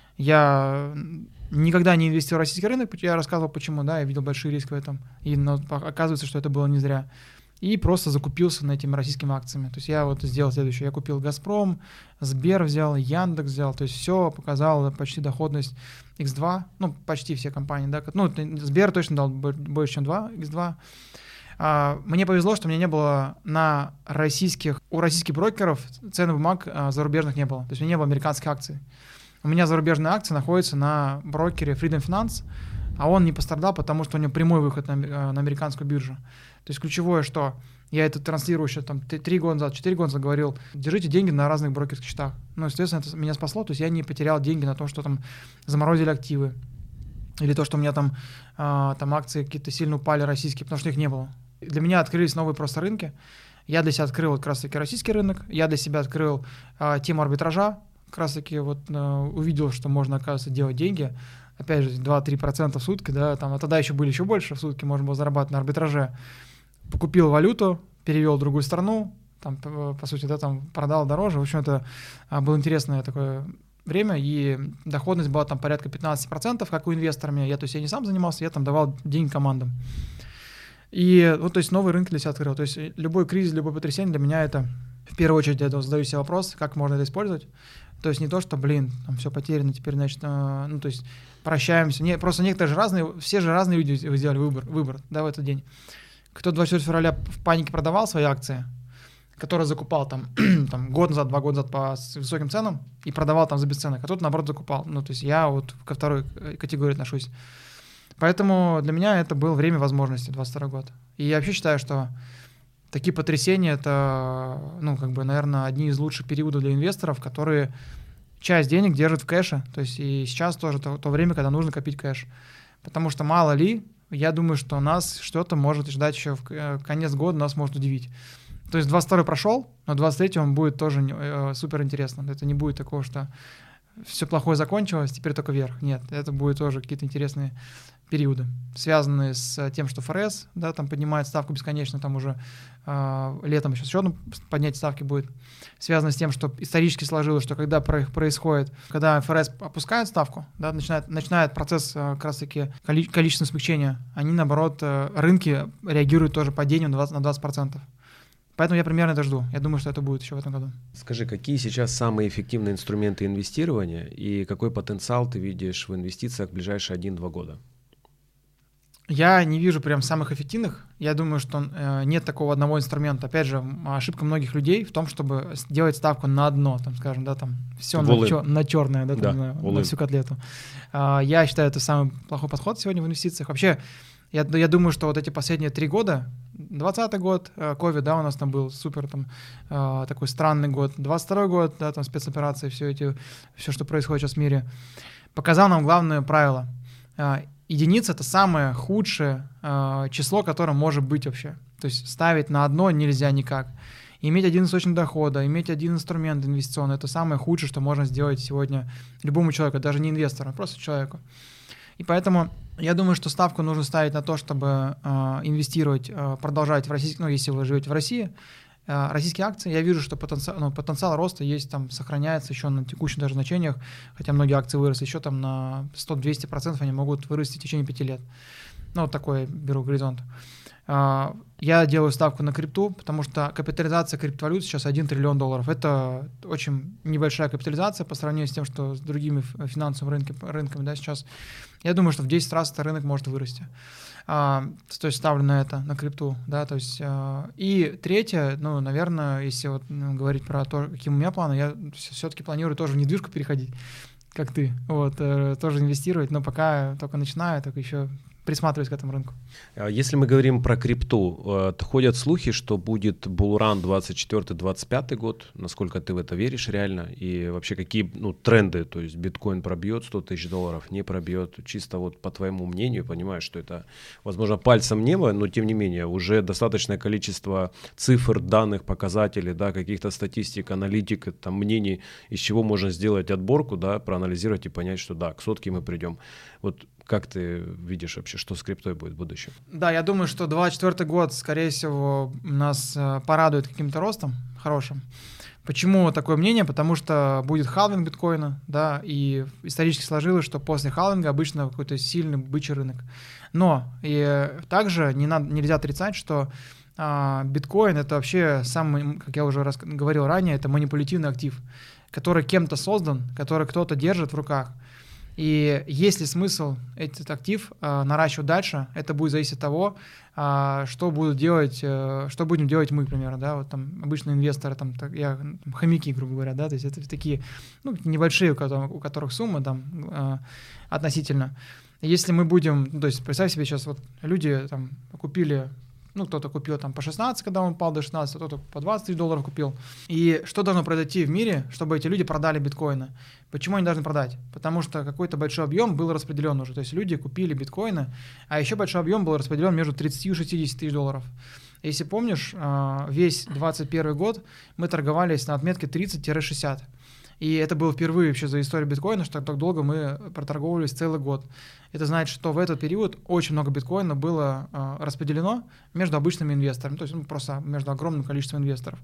Я никогда не инвестировал в российский рынок, я рассказывал, почему, да, я видел большие риски в этом, и но, оказывается, что это было не зря. и просто закупился на этими российскими акциями. То есть я вот сделал следующее. Я купил «Газпром», Сбер взял, Яндекс взял. То есть все показало почти доходность икс два. Ну, почти все компании. Да? Ну, Сбер точно дал больше, чем два, икс два. А, мне повезло, что у меня не было на российских... У российских брокеров ценных бумаг а, зарубежных не было. То есть у меня не было американских акций. У меня зарубежные акции находятся на брокере Freedom Finance, а он не пострадал, потому что у него прямой выход на, на американскую биржу. То есть ключевое, что я это транслирую еще там три года назад, четыре года назад говорил, держите деньги на разных брокерских счетах. Ну, естественно, это меня спасло, то есть я не потерял деньги на то, что там заморозили активы, или то, что у меня там, а, там акции какие-то сильно упали российские, потому что их не было. Для меня открылись новые просто рынки. Я для себя открыл как раз-таки российский рынок, я для себя открыл а, тему арбитража, как раз-таки вот а, увидел, что можно, оказывается, делать деньги. Опять же, два-три процента в сутки, да, там, а тогда еще были еще больше, в сутки можно было зарабатывать на арбитраже. Купил валюту, перевел в другую страну, там, по сути, да, там продал дороже. В общем, это а, было интересное такое время, и доходность была там порядка пятнадцать процентов, как у инвестора меня. Я, то есть, я не сам занимался, я там давал деньги командам. И вот, то есть, новый рынок для себя открыл. То есть, любой кризис, любое потрясение для меня это, в первую очередь, я задаю себе вопрос, как можно это использовать. То есть, не то, что, блин, там все потеряно, теперь, значит, э, ну, то есть, прощаемся. Не, просто некоторые же разные, все же разные люди сделали выбор, выбор, да, в этот день. Кто двадцать четвёртого февраля в панике продавал свои акции, который закупал там, там год назад, два года назад по высоким ценам и продавал там за бесценок, а тот, наоборот, закупал. Ну, то есть я вот ко второй категории отношусь. Поэтому для меня это было время возможностей, двадцать второй год. И я вообще считаю, что такие потрясения — это, ну, как бы, наверное, одни из лучших периодов для инвесторов, которые часть денег держат в кэше. То есть и сейчас тоже то, то время, когда нужно копить кэш. Потому что мало ли, я думаю, что нас что-то может ждать еще в конец года, нас может удивить. То есть двадцать второй прошел, но двадцать третий он будет тоже э, супер интересно. Это не будет такого, что все плохое закончилось, теперь только вверх. Нет, это будет тоже какие-то интересные периоды, связанные с тем, что эф эр эс, да, там поднимает ставку бесконечно, там уже э, летом еще еще одно поднятие ставки будет, связано с тем, что исторически сложилось, что когда происходит, когда эф эр эс опускает ставку, да, начинает, начинает процесс э, как раз-таки коли, количественного смягчения, они, наоборот, э, рынки реагируют тоже падением на двадцать, на двадцать процентов. Поэтому я примерно это жду. Я думаю, что это будет еще в этом году. Скажи, какие сейчас самые эффективные инструменты инвестирования и какой потенциал ты видишь в инвестициях в ближайшие один-два года? Я не вижу прям самых эффективных. Я думаю, что э, нет такого одного инструмента. Опять же, ошибка многих людей в том, чтобы сделать ставку на одно, там, скажем, да, там, все на, чер- на черное, да, там, да, на, на всю котлету. Э, я считаю, это самый плохой подход сегодня в инвестициях. Вообще, я, я думаю, что вот эти последние три года, двадцатый год, ковид, да, у нас там был супер там э, такой странный год, двадцать второй год, да, там спецоперации, все эти, все, что происходит сейчас в мире, показал нам главное правило. Э, единица — это самое худшее э, число, которое может быть вообще. То есть ставить на одно нельзя никак. Иметь один источник дохода, иметь один инструмент инвестиционный — это самое худшее, что можно сделать сегодня любому человеку, даже не инвестору, а просто человеку. И поэтому я думаю, что ставку нужно ставить на то, чтобы э, инвестировать, э, продолжать в России, ну, если вы живете в России, э, российские акции. Я вижу, что потенциал, ну, потенциал роста есть, там, сохраняется еще на текущих даже значениях, хотя многие акции выросли еще там на сто-двести процентов, они могут вырасти в течение пяти лет. Ну, вот такой я беру горизонт. Э, я делаю ставку на крипту, потому что капитализация криптовалют сейчас один триллион долларов. Это очень небольшая капитализация по сравнению с тем, что с другими финансовыми рынками, рынками, да, сейчас. Я думаю, что в десять раз этот рынок может вырасти. А, то есть ставлю на это, на крипту, да, то есть. А, и третье, ну, наверное, если вот ну, говорить про то, какие у меня планы, я все-таки планирую тоже в недвижку переходить, как ты, вот, э, тоже инвестировать, но пока только начинаю, только еще присматриваюсь к этому рынку. Если мы говорим про крипту, ходят слухи, что будет булран двадцать четвёртый — двадцать пятый год. Насколько ты в это веришь реально? И вообще какие ну, тренды? То есть биткоин пробьет сто тысяч долларов, не пробьет? Чисто вот по твоему мнению, понимаешь, что это, возможно, пальцем небо, но тем не менее уже достаточное количество цифр, данных, показателей, да, каких-то статистик, аналитик, там, мнений, из чего можно сделать отборку, да, проанализировать и понять, что да, к сотке мы придем. Вот как ты видишь вообще, что с криптой будет в будущем? Да, я думаю, что двадцать четвёртый год, скорее всего, нас порадует каким-то ростом хорошим. Почему такое мнение? Потому что будет халвинг биткоина, да, и исторически сложилось, что после халвинга обычно какой-то сильный бычий рынок. Но и также не надо, нельзя отрицать, что а, биткоин — это вообще самый, как я уже раз говорил ранее, это манипулятивный актив, который кем-то создан, который кто-то держит в руках. И есть ли смысл этот актив а, наращивать дальше, это будет зависеть от того, а, что будут делать, а, что будем делать мы, к примеру, да, вот там обычные инвесторы, там, так, я, там, хомяки, грубо говоря, да, то есть это такие, ну, небольшие, у которых, у которых суммы там а, относительно. Если мы будем, ну, то есть представь себе сейчас, вот люди там купили, ну, кто-то купил там по шестнадцать, когда он упал до шестнадцати, кто-то по двадцать тысяч долларов купил. И что должно произойти в мире, чтобы эти люди продали биткоины? Почему они должны продать? Потому что какой-то большой объем был распределен уже. То есть люди купили биткоины, а еще большой объем был распределен между тридцатью и шестьюдесятью тысяч долларов. Если помнишь, весь двадцать первый год мы торговались на отметке тридцать-шестьдесят. И это было впервые вообще за историю биткоина, что так долго мы проторговывались целый год. Это значит, что в этот период очень много биткоина было э, распределено между обычными инвесторами, то есть ну, просто между огромным количеством инвесторов.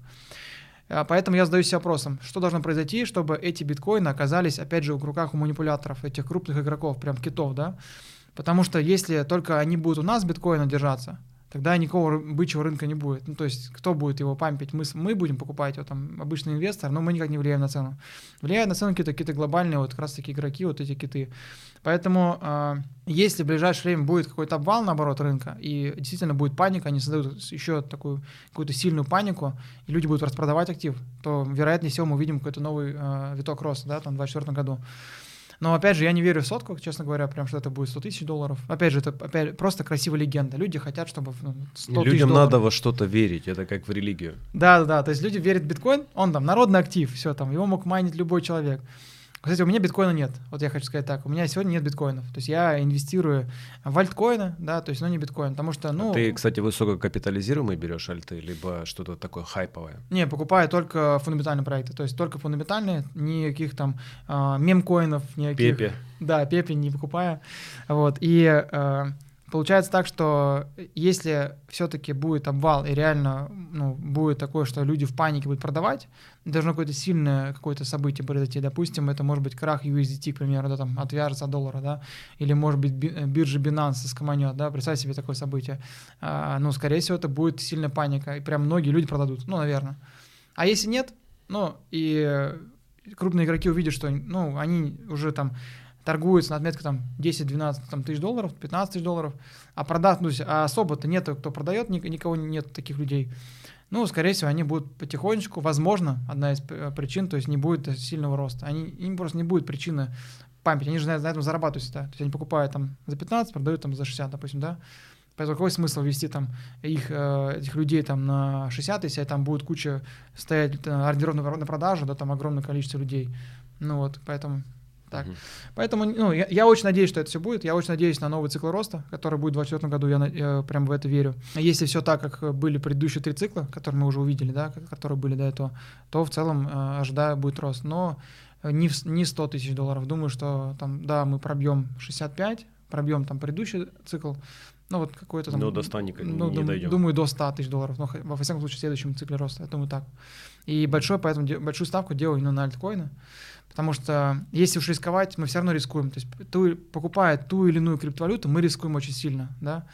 А поэтому я задаюсь вопросом, что должно произойти, чтобы эти биткоины оказались, опять же, в руках у манипуляторов, этих крупных игроков, прям китов, да? Потому что если только они будут у нас биткоина держаться, тогда никакого бычьего рынка не будет. Ну, то есть, кто будет его пампить? Мы, мы будем покупать его, там, обычный инвестор, но мы никак не влияем на цену. Влияют на цену какие-то, какие-то глобальные, вот как раз таки игроки, вот эти киты. Поэтому, э, если в ближайшее время будет какой-то обвал, наоборот, рынка, и действительно будет паника, они создают еще такую какую-то сильную панику, и люди будут распродавать актив, то, вероятнее всего, мы увидим какой-то новый э, виток роста, да, там, в двадцать четвёртом году. Но, опять же, я не верю в сотку, честно говоря, прям, что это будет сто тысяч долларов. Опять же, это опять, просто красивая легенда. Люди хотят, чтобы ну, сто тысяч Людям долларов. надо во что-то верить, это как в религию. Да-да-да, то есть люди верят в биткоин, он там народный актив, все там, его мог майнить любой человек. Кстати, у меня биткоина нет, вот я хочу сказать так, у меня сегодня нет биткоинов, то есть я инвестирую в альткоины, да, то есть, но не биткоин, потому что, ну... А ты, кстати, высококапитализируемый берешь альты, либо что-то такое хайповое? Не, покупаю только фундаментальные проекты, то есть только фундаментальные, никаких там э, мемкоинов, никаких... Пепе. Да, Пепе не покупаю, вот, и... Э, Получается так, что если все-таки будет обвал и реально ну, будет такое, что люди в панике будут продавать, должно какое-то сильное какое-то событие произойти. Допустим, это может быть крах ю эс ди ти, к примеру, да, там, отвяжется от доллара, да, или может быть биржа Binance скоманет, да, представь себе такое событие. А, ну, скорее всего, это будет сильная паника, и прям многие люди продадут, ну, наверное. А если нет, ну, и крупные игроки увидят, что, ну, они уже там торгуются на отметке там десять-двенадцать там, тысяч долларов, пятнадцать тысяч долларов, а продать, ну, а особо-то нет, кто продает, никого нет таких людей. Ну, скорее всего, они будут потихонечку, возможно, одна из причин, то есть не будет сильного роста. Они, им просто не будет причины пампить, они же на, на этом зарабатывают всегда. То есть они покупают там за пятнадцать, продают там за шестьдесят, допустим, да. Поэтому какой смысл вести там их, этих людей там на шестьдесят, если там будет куча стоять ордеров на продажу, да, там огромное количество людей. Ну вот, поэтому... Так. Uh-huh. Поэтому ну, я, я очень надеюсь, что это все будет. Я очень надеюсь на новый цикл роста, который будет в двадцать четвёртом году. Я, я прям в это верю. Если все так, как были предыдущие три цикла, которые мы уже увидели, да, которые были до этого, то в целом э, ожидаю будет рост. Но не, в, не сто тысяч долларов. Думаю, что там, да, мы пробьем шестьдесят пять, пробьем там предыдущий цикл. Ну, вот какой-то там... Но до ста не, ну, не дум, дойдем. Думаю, до ста тысяч долларов. Но, во всяком случае, в следующем цикле роста. Я думаю, так. И большой, поэтому де, большую ставку делаю именно на альткоины. Потому что если уж рисковать, мы все равно рискуем. То есть, ту, покупая ту или иную криптовалюту, мы рискуем очень сильно, да,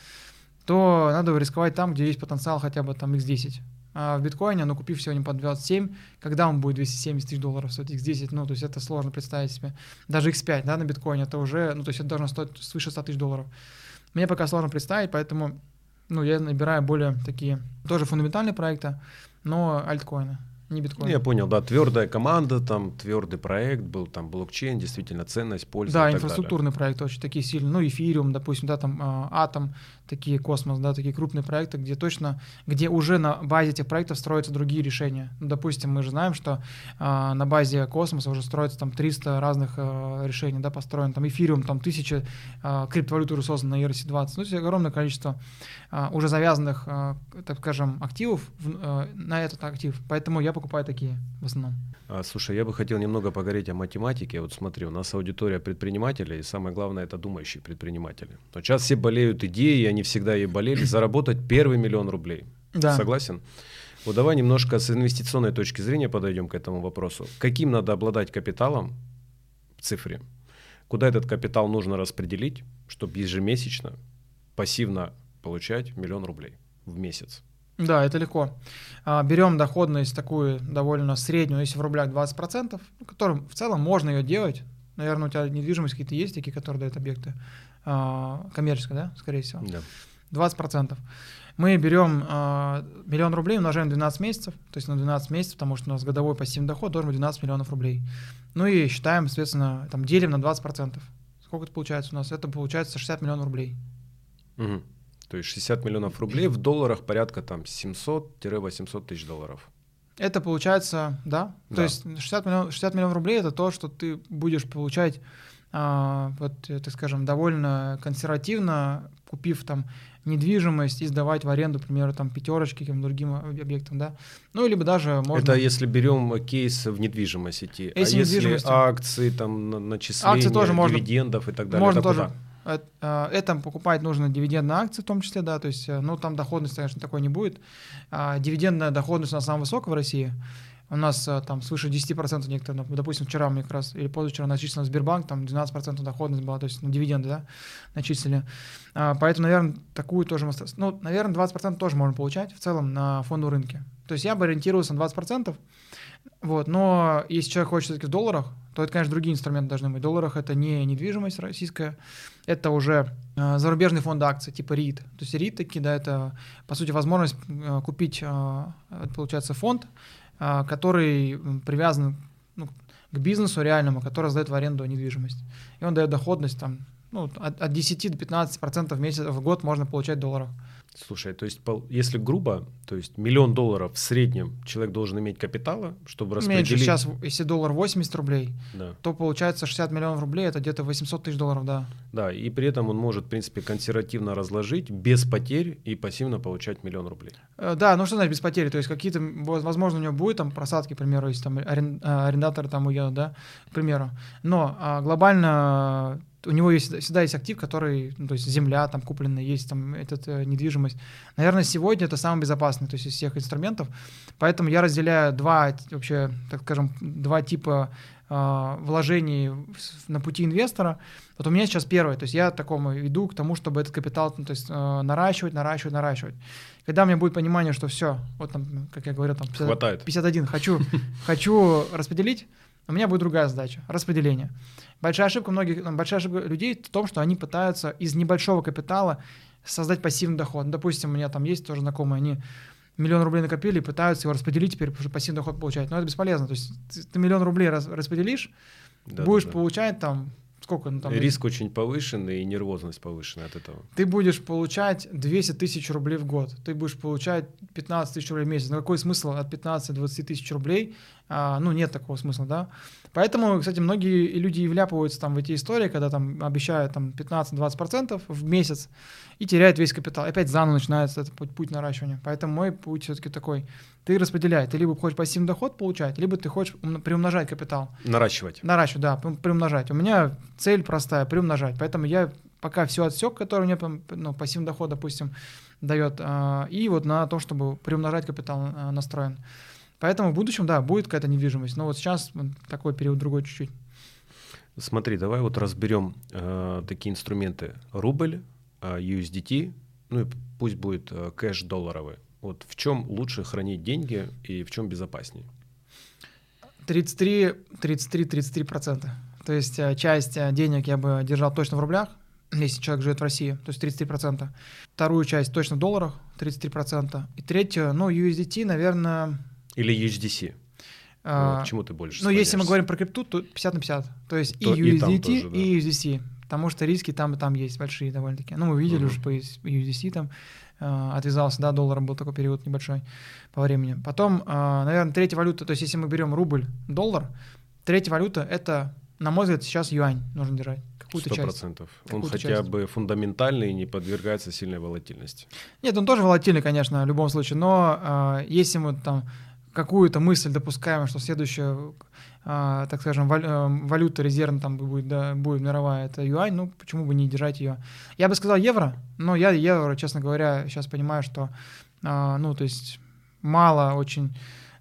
то надо рисковать там, где есть потенциал хотя бы там икс десять. А в биткоине, ну, купив сегодня по двадцать семь, когда он будет двести семьдесят тысяч долларов стоить, икс десять, ну, то есть это сложно представить себе. Даже икс пять, да, на биткоине, это уже, ну, то есть это должно стоить свыше ста тысяч долларов. Мне пока сложно представить, поэтому, ну, я набираю более такие, тоже фундаментальные проекты, но альткоины. Не биткоин. Я понял, да, твердая команда, там твердый проект был, там блокчейн, действительно ценность, польза. Да, и так инфраструктурные далее. проекты очень такие сильные, ну, эфириум, допустим, да, там Атом, такие Космос, да, такие крупные проекты, где точно, где уже на базе этих проектов строятся другие решения. Ну, допустим, мы же знаем, что а, на базе Космоса уже строится там триста разных а, решений, да, построено, там эфириум, там тысячи а, криптовалют уже созданы на и эр си двадцать, ну, то есть огромное количество а, уже завязанных, а, так скажем, активов в, а, на этот актив, поэтому я покупаю такие в основном. А, слушай, я бы хотел немного поговорить о математике. Вот смотри, у нас аудитория предпринимателей, и самое главное, это думающие предприниматели. Вот сейчас все болеют идеей, они всегда ей болели, заработать первый миллион рублей. Да. Согласен? Вот давай немножко с инвестиционной точки зрения подойдем к этому вопросу. Каким надо обладать капиталом в цифре? Куда этот капитал нужно распределить, чтобы ежемесячно пассивно получать миллион рублей в месяц? Да, это легко. А, берем доходность такую довольно среднюю, если в рублях двадцать процентов, которым в целом можно ее делать. Наверное, у тебя недвижимость какие-то есть, такие, которые дают объекты. А, коммерческая, да, скорее всего? Да. двадцать процентов. Мы берем а, миллион рублей, умножаем двенадцать месяцев, то есть на двенадцать месяцев, потому что у нас годовой пассивный доход должен быть двенадцать миллионов рублей. Ну и считаем, соответственно, там делим на двадцать процентов. Сколько это получается у нас? Это получается шестьдесят миллионов рублей. Угу. То есть шестьдесят миллионов рублей в долларах порядка там семьсот-восемьсот тысяч долларов. Это получается, да. Да. То есть шестьдесят миллионов, шестьдесят миллионов рублей — это то, что ты будешь получать, а, вот, так скажем, довольно консервативно, купив там недвижимость и сдавать в аренду, к примеру, там пятерочки каким-то другим объектам, да. Ну, либо даже можно... Это если берем кейс в недвижимости. Если а если недвижимость... акции, там, на- начисления, акции тоже дивидендов можно, и так далее, можно это тоже. куда? Это, это покупать нужно дивидендные акции в том числе, да, то есть, ну, там доходность, конечно, такой не будет. А, дивидендная доходность у нас самая высокая в России. У нас там свыше десять процентов некоторые, допустим, вчера мне как раз, или позавчера начислено Сбербанк, там двенадцать процентов доходность была, то есть ну, дивиденды, да, начислили. А, поэтому, наверное, такую тоже, мы, ну, наверное, двадцать процентов тоже можно получать в целом на фондовом рынке. То есть я бы ориентировался на двадцать процентов, вот, но если человек хочет все-таки в долларах, то это, конечно, другие инструменты должны быть. В долларах это не недвижимость российская, это уже э, зарубежные фонды акций, типа рит. То есть рит такие, да, это, по сути, возможность э, купить, э, получается, фонд, э, который привязан ну, к бизнесу реальному, который сдает в аренду недвижимость. И он дает доходность там, ну, от, от десяти до пятнадцати процентов в месяц, в год можно получать в долларах. Слушай, то есть если грубо, то есть миллион долларов в среднем человек должен иметь капитала, чтобы распределить... Меньше. Сейчас, если доллар восемьдесят рублей, да. то получается шестьдесят миллионов рублей, это где-то восемьсот тысяч долларов, да. Да, и при этом он может, в принципе, консервативно разложить, без потерь и пассивно получать миллион рублей. Да, ну что значит без потери? То есть какие-то, возможно, у него будет там просадки, к примеру, если там арендаторы там уедут, да, к примеру. Но а, глобально... У него есть, всегда есть актив, который, ну, то есть земля там купленная, есть там этот, э, недвижимость. Наверное, сегодня это самый безопасный, то есть из всех инструментов. Поэтому я разделяю два, вообще, так скажем, два типа э, вложений на пути инвестора. Вот у меня сейчас первое, то есть я такому иду к тому, чтобы этот капитал, ну, то есть э, наращивать, наращивать, наращивать. Когда у меня будет понимание, что все, вот там, как я говорю, там пятьдесят, пятьдесят один хочу, хочу распределить, у меня будет другая задача – распределение. Большая ошибка многих, большая ошибка людей в том, что они пытаются из небольшого капитала создать пассивный доход. Ну, допустим, у меня там есть тоже знакомые, они миллион рублей накопили и пытаются его распределить, теперь уже пассивный доход получать. Но это бесполезно. То есть ты, ты миллион рублей рас, распределишь, да, будешь да, да. получать там сколько? Ну, там, риск очень повышенный и нервозность повышенная от этого. Ты будешь получать двести тысяч рублей в год, ты будешь получать пятнадцать тысяч рублей в месяц. Ну какой смысл от пятнадцати до двадцати тысяч рублей? А, ну нет такого смысла, да. Поэтому, кстати, многие люди и вляпываются там в эти истории, когда там обещают там пятнадцать-двадцать процентов в месяц и теряют весь капитал. И опять заново начинается этот путь, путь наращивания. Поэтому мой путь все-таки такой. Ты распределяй. Ты либо хочешь пассивный доход получать, либо ты хочешь приумножать капитал. Наращивать. Наращивать, да, приумножать. У меня цель простая, приумножать. Поэтому я пока все отсек, который мне ну, пассивный доход, допустим, дает, и вот на то, чтобы приумножать капитал настроен. Поэтому в будущем, да, будет какая-то недвижимость. Но вот сейчас такой период другой чуть-чуть. Смотри, давай вот разберем э, такие инструменты. Рубль, э, ю эс ди ти, ну и пусть будет э, кэш долларовый. Вот в чем лучше хранить деньги и в чем безопаснее? тридцать три тридцать три тридцать три процента. То есть э, часть э, денег я бы держал точно в рублях, если человек живет в России, то есть тридцать три процента. Вторую часть точно в долларах, тридцать три процента. И третью, ну, ю эс ди ти, наверное... Или ю эс ди си. А, ну, к чему ты больше Ну, если мы говорим про крипту, то пятьдесят на пятьдесят. То есть то и ю эс ди ти, и, тоже, да. и ю эс ди си. Потому что риски там и там есть большие довольно-таки. Ну, мы видели uh-huh. уже по ю эс ди си там э, отвязался, да, долларом был такой период небольшой по времени. Потом, э, наверное, третья валюта, то есть если мы берем рубль, доллар, третья валюта — это, на мой взгляд, сейчас юань нужно держать. Какую-то сто процентов. Часть. Он Какую-то хотя часть. бы фундаментальный и не подвергается сильной волатильности. Нет, он тоже волатильный, конечно, в любом случае, но э, если мы там какую-то мысль допускаем, что следующая, э, так скажем, валь, э, валюта резервная там будет, да, будет мировая, это юань, ну почему бы не держать ее? Я бы сказал евро, но я евро, честно говоря, сейчас понимаю, что, э, ну, то есть мало очень...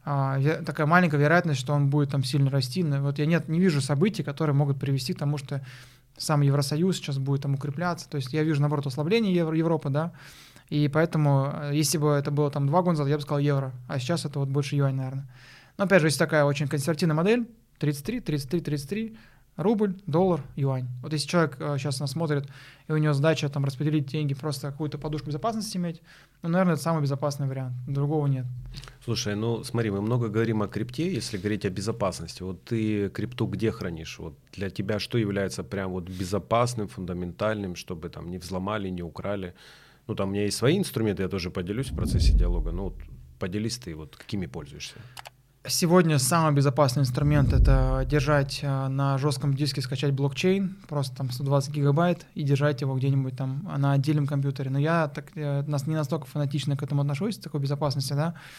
такая маленькая вероятность, что он будет там сильно расти. Вот я нет, не вижу событий, которые могут привести к тому, что сам Евросоюз сейчас будет там укрепляться. То есть я вижу, наоборот, ослабление Евро, Европы, да, И поэтому, если бы это было там два года назад, я бы сказал евро, а сейчас это вот больше юань, наверное. Но опять же, есть такая очень консервативная модель, тридцать три, тридцать три, тридцать три, рубль, доллар, юань. Вот если человек э, сейчас нас смотрит, и у него задача там распределить деньги, просто какую-то подушку безопасности иметь, ну, наверное, это самый безопасный вариант. Другого нет. Слушай, ну смотри, мы много говорим о крипте, если говорить о безопасности. Вот ты крипту где хранишь? Вот для тебя что является прям вот безопасным, фундаментальным, чтобы там не взломали, не украли? Ну там у меня есть свои инструменты, я тоже поделюсь в процессе диалога. Ну вот поделись ты, вот какими пользуешься? Сегодня самый безопасный инструмент — это держать на жестком диске, скачать блокчейн, просто там сто двадцать гигабайт, и держать его где-нибудь там на отдельном компьютере. Но я так, не настолько фанатично к этому отношусь, к такой безопасности,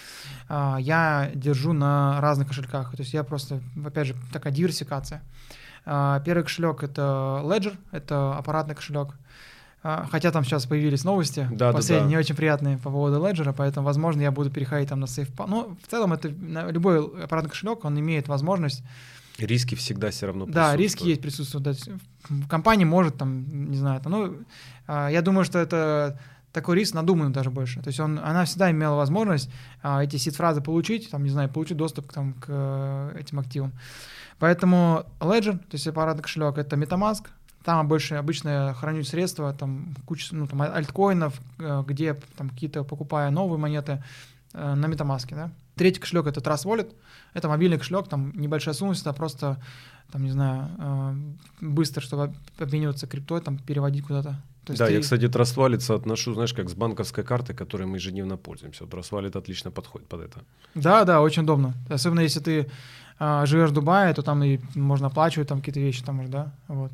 да. Я держу на разных кошельках, то есть я просто, опять же, такая диверсификация. Первый кошелек — это Ledger, это аппаратный кошелек. Хотя там сейчас появились новости, да, последние, да, да. не очень приятные по поводу Ledger, поэтому, возможно, я буду переходить там на SafePal. Но в целом это любой аппаратный кошелек, он имеет возможность. Риски всегда все равно присутствуют. Да, риски есть, присутствуют. Компания может там, не знаю, там, ну, я думаю, что это такой риск надуманный даже больше. То есть он, она всегда имела возможность эти сид-фразы получить, там, не знаю, получить доступ там, к этим активам. Поэтому Ledger, то есть аппаратный кошелек, это MetaMask. Там больше обычно храню средства, там куча, ну, там, альткоинов, где там какие-то, покупая новые монеты э, на MetaMask, да. Третий кошелек — это Trust Wallet, это мобильный кошелек, там небольшая сумма, это просто, там, не знаю, э, быстро, чтобы обмениваться криптой, там, переводить куда-то. То есть да, ты... я, кстати, Trust Wallet отношу, знаешь, как с банковской картой, которой мы ежедневно пользуемся. Вот Trust Wallet отлично подходит под это. Да, да, очень удобно. Особенно если ты э, живешь в Дубае, то там и можно оплачивать там какие-то вещи, там уже, да, вот.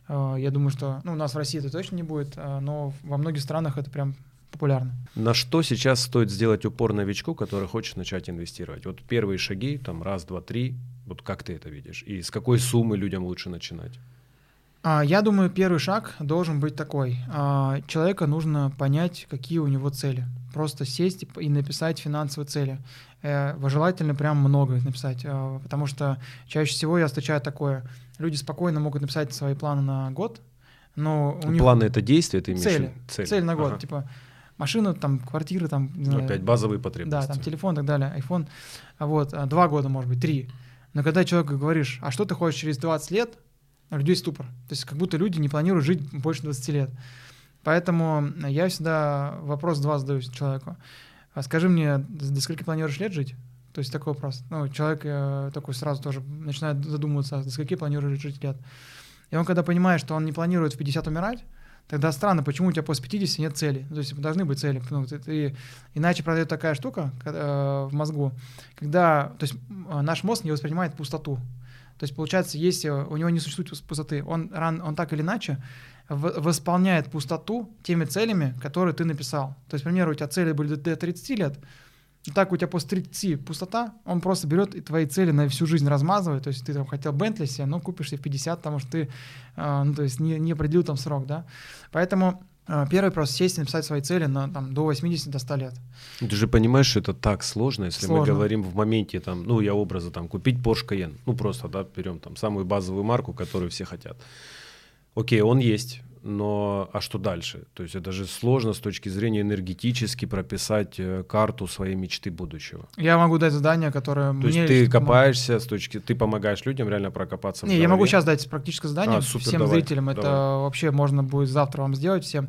Я думаю, что ну, у нас в России это точно не будет, но во многих странах это прям популярно. На что сейчас стоит сделать упор новичку, который хочет начать инвестировать? Вот первые шаги, там раз, два, три, вот как ты это видишь? И с какой суммы людям лучше начинать? Я думаю, первый шаг должен быть такой. Человеку нужно понять, какие у него цели. Просто сесть и написать финансовые цели. Желательно прям много написать, потому что чаще всего я встречаю такое. Люди спокойно могут написать свои планы на год, но у них... Планы — это действия, ты имеешь в виду? Цели. Цель на год, ага. Типа машина, там, квартира, там... Ну, опять базовые потребности. Да, там телефон и так далее, iPhone. Вот, два года, может быть, три. Но когда человеку говоришь, а что ты хочешь через двадцать лет, у людей ступор. То есть как будто люди не планируют жить больше двадцати лет. Поэтому я всегда вопрос два задаю человеку. А скажи мне, до скольки планируешь лет жить? То есть такой вопрос. Ну, человек э, такой сразу тоже начинает задумываться, до скольки планируешь жить лет. И он, когда понимает, что он не планирует в пятьдесят умирать, тогда странно, почему у тебя после пятидесяти нет цели. Ну, то есть должны быть цели. Ну, ты, ты, иначе произойдет такая штука э, в мозгу, когда то есть, наш мозг не воспринимает пустоту. То есть, получается, если у него не существует пустоты, он, он так или иначе восполняет пустоту теми целями, которые ты написал. То есть, к примеру, у тебя цели были до тридцати лет, и так у тебя после тридцати пустота, он просто берет и твои цели на всю жизнь размазывает. То есть ты там хотел Бентли себе, но купишь себе в пятьдесят, потому что ты э, ну, то есть не, не определил там срок, да. Поэтому э, первый просто сесть и написать свои цели на, там, до восьмидесяти, до ста лет. Ты же понимаешь, что это так сложно, если сложно. Мы говорим в моменте, там, ну я образа, там, купить Porsche Cayenne, ну просто, да, берем там самую базовую марку, которую все хотят. Окей, он есть. Но а что дальше? То есть это же сложно с точки зрения энергетически прописать карту своей мечты будущего. Я могу дать задание, которое То мне... есть ты копаешься с точки... Ты помогаешь людям реально прокопаться в Не, голове? я могу сейчас дать практическое задание а, супер, всем давай, зрителям. Это давай. Вообще можно будет завтра вам сделать всем.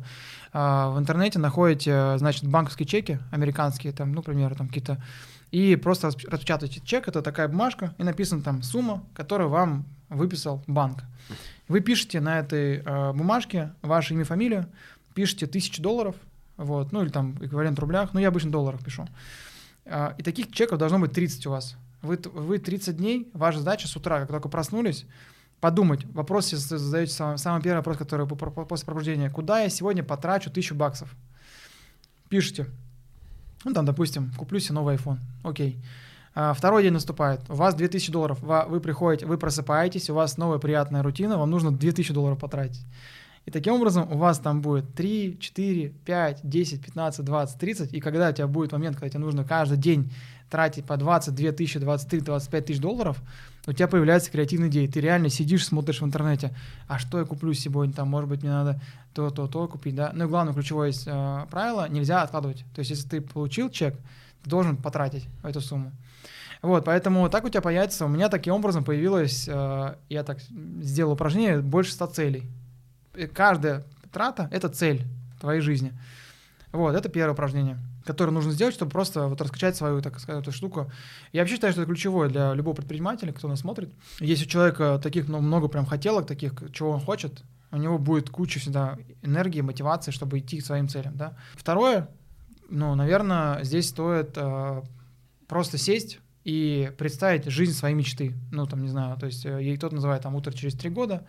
В интернете находите, значит, банковские чеки американские, там, ну, например, там какие-то... И просто распечатайте чек, это такая бумажка, и написана там сумма, которую вам выписал банк. Вы пишете на этой э, бумажке ваше имя, фамилию, пишете тысячу долларов, вот, ну или там эквивалент в рублях, ну я обычно в долларах пишу. Э, и таких чеков должно быть тридцать у вас. Вы, вы тридцать дней, ваша задача с утра, как только проснулись, подумать, вопрос задаете, самый, самый первый вопрос, который после пробуждения, куда я сегодня потрачу тысячу баксов? Пишите. Ну там, допустим, куплю себе новый iPhone, окей. Второй день наступает, у вас две тысячи долларов, вы приходите, вы просыпаетесь, у вас новая приятная рутина, вам нужно две тысячи долларов потратить. И таким образом у вас там будет три, четыре, пять, десять, пятнадцать, двадцать, тридцать, и когда у тебя будет момент, когда тебе нужно каждый день тратить по двадцать две тысячи, двадцать три, двадцать пять тысяч долларов, у тебя появляются креативные идеи. Ты реально сидишь, смотришь в интернете, а что я куплю сегодня, там, может быть, мне надо то, то, то купить, да. Ну и главное, ключевое есть э, правило, нельзя откладывать. То есть если ты получил чек, ты должен потратить эту сумму. Вот, поэтому так у тебя появится, у меня таким образом появилось, э, я так сделал упражнение, больше ста целей. И каждая трата — это цель твоей жизни. Вот, это первое упражнение, которое нужно сделать, чтобы просто вот раскачать свою, так сказать, эту штуку. Я вообще считаю, что это ключевое для любого предпринимателя, кто нас смотрит. Если у человека таких много, много прям хотелок, таких, чего он хочет, у него будет куча всегда энергии, мотивации, чтобы идти к своим целям, да. Второе, ну, наверное, здесь стоит э, просто сесть и представить жизнь своей мечты. Ну, там, не знаю, то есть ей кто-то называет там утро через три года,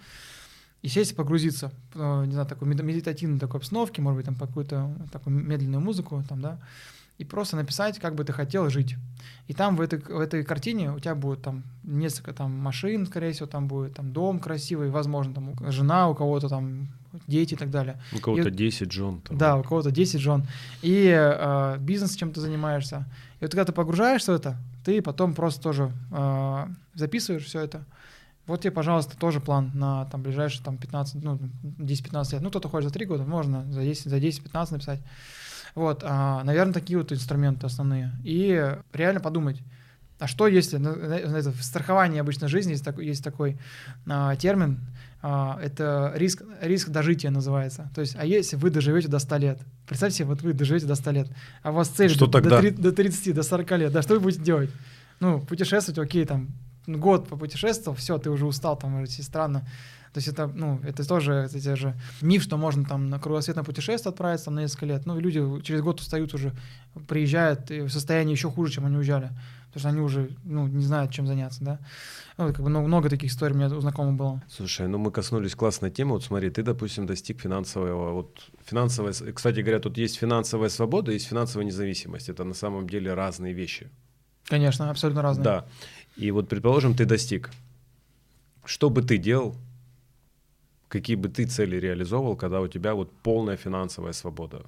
и сесть и погрузиться, не знаю, такой медитативной такой обстановке, может быть, там какую-то такую медленную музыку, там, да, и просто написать, как бы ты хотел жить. И там в этой, в этой картине у тебя будет там несколько там машин, скорее всего, там будет там дом красивый, возможно, там жена, у кого-то там дети и так далее. У кого-то и, десять жен. Там. Да, у кого-то десять жен. И э, бизнес, чем ты занимаешься. И вот когда ты погружаешься в это, ты потом просто тоже э, записываешь все это. Вот тебе, пожалуйста, тоже план на там, ближайшие там, пятнадцать, ну, десять-пятнадцать лет. Ну, кто-то хочет за три года, можно за десять, за десять-пятнадцать написать. Вот, а, наверное, такие вот инструменты основные. И реально подумать, а что если, ну, знаете, в страховании обычной жизни есть такой, есть такой а, термин, а, это риск, риск дожития называется. То есть, а если вы доживете до ста лет? Представьте себе, вот вы доживете до ста лет, а у вас цель что до, тогда? до, до тридцати, до сорока лет. Да, что вы будете делать? Ну, путешествовать, окей, там, год попутешествовал, все, ты уже устал, там, может, странно. То есть это, ну, это тоже, это же миф, что можно там на кругосветное путешествие отправиться там, на несколько лет. Ну, люди через год устают уже, приезжают и в состоянии еще хуже, чем они уезжали. Потому что они уже, ну, не знают, чем заняться, да. Ну, как бы, ну, много таких историй у меня у знакомых было. Слушай, ну мы коснулись классной темы. Вот смотри, ты, допустим, достиг финансового, вот финансовой, кстати говоря, тут есть финансовая свобода, есть финансовая независимость. Это на самом деле разные вещи. Конечно, абсолютно разные. Да. И вот, предположим, ты достиг. Что бы ты делал, какие бы ты цели реализовал, когда у тебя вот полная финансовая свобода?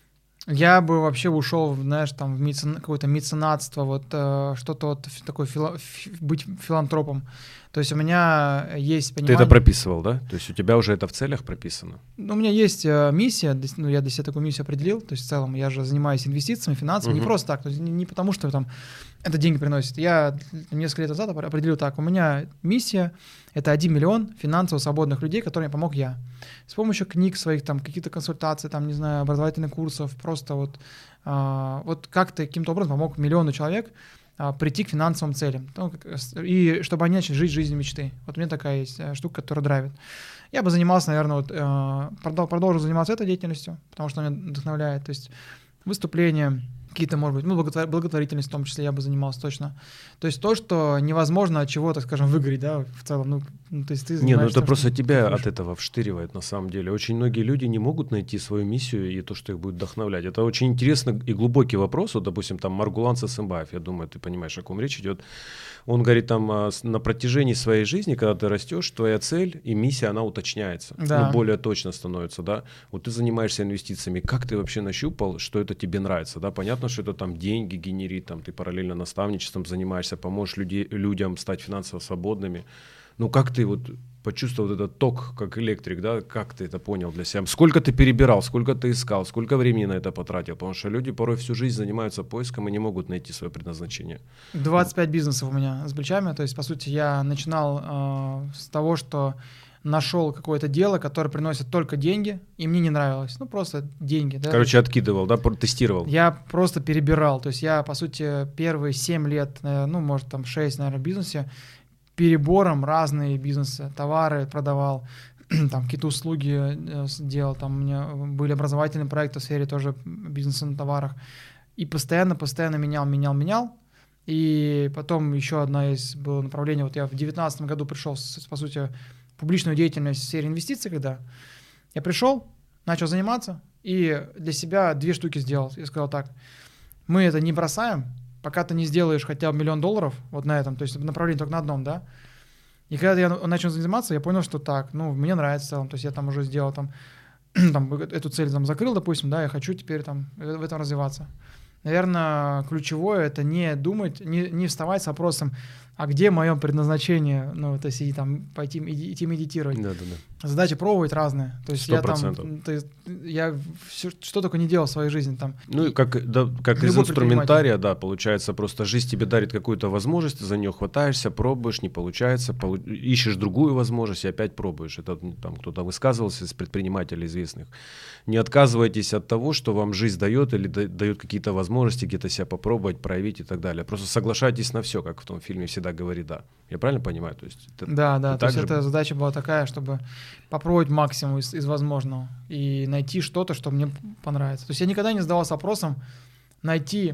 Я бы вообще ушел, знаешь, там, в мецен... какое-то меценатство, вот э, что-то вот такое, фила... быть филантропом. То есть у меня есть понимание... Ты это прописывал, да? То есть у тебя уже это в целях прописано? Ну, у меня есть э, миссия, ну, я для себя такую миссию определил, то есть в целом я же занимаюсь инвестициями, финансами, uh-huh. не просто так, то есть не, не потому, что там это деньги приносит. Я несколько лет назад определил так, у меня миссия — это один миллион финансово свободных людей, которым помог я. С помощью книг своих, там, каких-то консультаций, там, не знаю, образовательных курсов, просто вот, э, вот как-то каким-то образом помог миллиону человек э, прийти к финансовым целям. Ну, как, и чтобы они начали жить жизнью мечты. Вот у меня такая есть э, штука, которая драйвит. Я бы занимался, наверное, вот, э, продол- продолжил заниматься этой деятельностью, потому что она меня вдохновляет. То есть выступления, какие-то, может быть, ну, благотвор- благотворительность в том числе я бы занимался точно. То есть то, что невозможно от чего, так скажем, выгореть, да, в целом. Ну, ну, то есть ты не, ну это тем, просто тебя хочешь. От этого вштыривает на самом деле. Очень многие люди не могут найти свою миссию и то, что их будет вдохновлять. Это очень интересный и глубокий вопрос. Вот, допустим, там Маргулан Сысымбаев, я думаю, ты понимаешь, о ком речь идет. Он говорит, там на протяжении своей жизни, когда ты растешь, твоя цель и миссия, она уточняется. Да. Ну, более точно становится, да. Вот ты занимаешься инвестициями. Как ты вообще нащупал, что это тебе нравится, да? Понятно, что это там деньги генерит, там ты параллельно наставничеством занимаешься, поможешь люди, людям стать финансово свободными. Ну, как ты вот почувствовал этот ток, как электрик, да? Как ты это понял для себя? Сколько ты перебирал, сколько ты искал, сколько времени на это потратил? Потому что люди порой всю жизнь занимаются поиском и не могут найти свое предназначение. двадцать пять бизнесов у меня с плечами. То есть, по сути, я начинал э, с того, что нашел какое-то дело, которое приносит только деньги, и мне не нравилось. Ну, просто деньги. Да? Короче, откидывал, да, тестировал. Я просто перебирал. То есть я, по сути, первые семь лет, ну, может, там шесть, наверное, в бизнесе, перебором разные бизнесы, товары продавал, там какие-то услуги делал, там у меня были образовательные проекты в сфере тоже бизнеса на товарах. И постоянно-постоянно менял, менял, менял. И потом еще одна из было направление. Вот я в две тысячи девятнадцатом году пришел, с, по сути, в публичную деятельность в сфере инвестиций, когда я пришел, начал заниматься и для себя две штуки сделал. Я сказал так, мы это не бросаем, пока ты не сделаешь хотя бы миллион долларов вот на этом, то есть направление только на одном, да, И когда я начал заниматься, я понял, что так, ну, мне нравится в целом, то есть я там уже сделал там, там эту цель там закрыл, допустим, да, я хочу теперь там в этом развиваться. Наверное, ключевое — это не думать, не, не вставать с вопросом, а где мое предназначение, ну, то есть и там пойти идти медитировать. Да, да, да. Задачи пробовать разные. То есть сто процентов. я там, то есть я все, что только не делал в своей жизни там. Ну и как, да, как из инструментария, да, получается, просто жизнь тебе дарит какую-то возможность, ты за нее хватаешься, пробуешь, не получается, полу... ищешь другую возможность и опять пробуешь. Это там кто-то высказывался из предпринимателей известных. Не отказывайтесь от того, что вам жизнь дает или дает какие-то возможности где-то себя попробовать, проявить и так далее. Просто соглашайтесь на все, как в том фильме «Всегда говори да». Я правильно понимаю? То есть это, да, да, это то есть же... эта задача была такая, чтобы попробовать максимум из, из возможного и найти что-то, что мне понравится. То есть я никогда не задавался вопросом найти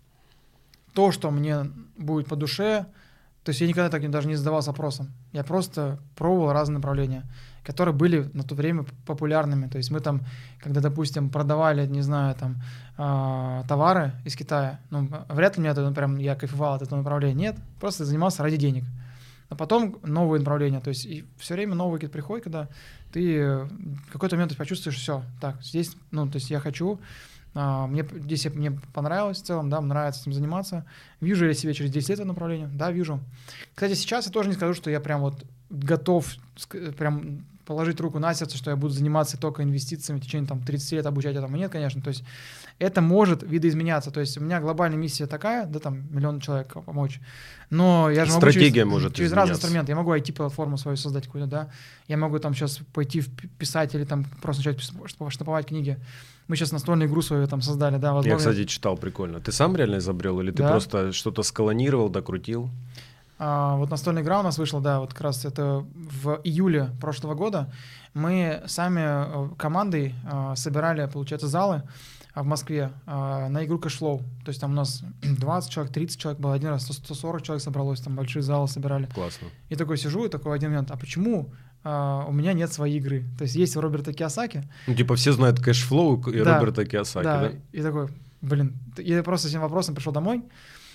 то, что мне будет по душе. То есть я никогда так даже не задавался вопросом. Я просто пробовал разные направления, которые были на то время популярными. То есть мы там, когда, допустим, продавали, не знаю, там, э, товары из Китая, ну, вряд ли мне это, ну, прям, я кайфовал от этого направления. Нет, просто занимался ради денег. А потом новые направления. То есть и все время новые какие-то приходят, когда ты в какой-то момент ты почувствуешь, все, так, здесь, ну, то есть я хочу, а, мне, здесь мне понравилось в целом, да, мне нравится этим заниматься. Вижу я себя через десять лет это направление? Да, вижу. Кстати, сейчас я тоже не скажу, что я прям вот готов прям положить руку на сердце, что я буду заниматься только инвестициями в течение там тридцать лет, обучать этому. Нет, конечно. То есть это может видоизменяться. То есть у меня глобальная миссия такая, да, там миллион человек помочь. Но я же могу Стратегия через, может через разные инструменты. Я могу ай ти-платформу свою создать какую-то, да. Я могу там сейчас пойти в писать или там просто начать штамповать книги. Мы сейчас настольную игру свою там создали, да. Возможно... Я, кстати, читал, прикольно. Ты сам реально изобрел или да. ты просто что-то сколонировал, докрутил? А, вот настольная игра у нас вышла, да, вот как раз это в июле прошлого года. Мы сами командой а, собирали, получается, залы а, в Москве а, на игру Cashflow. То есть там у нас двадцать человек, тридцать человек было, один раз сто сорок человек собралось, там большие залы собирали. Классно. И такой сижу, и такой в один момент, а почему а, у меня нет своей игры? То есть есть у Роберта Кийосаки. Ну типа все знают Cashflow и да, Роберта Кийосаки, да? Да, и такой, блин, я просто с этим вопросом пришел домой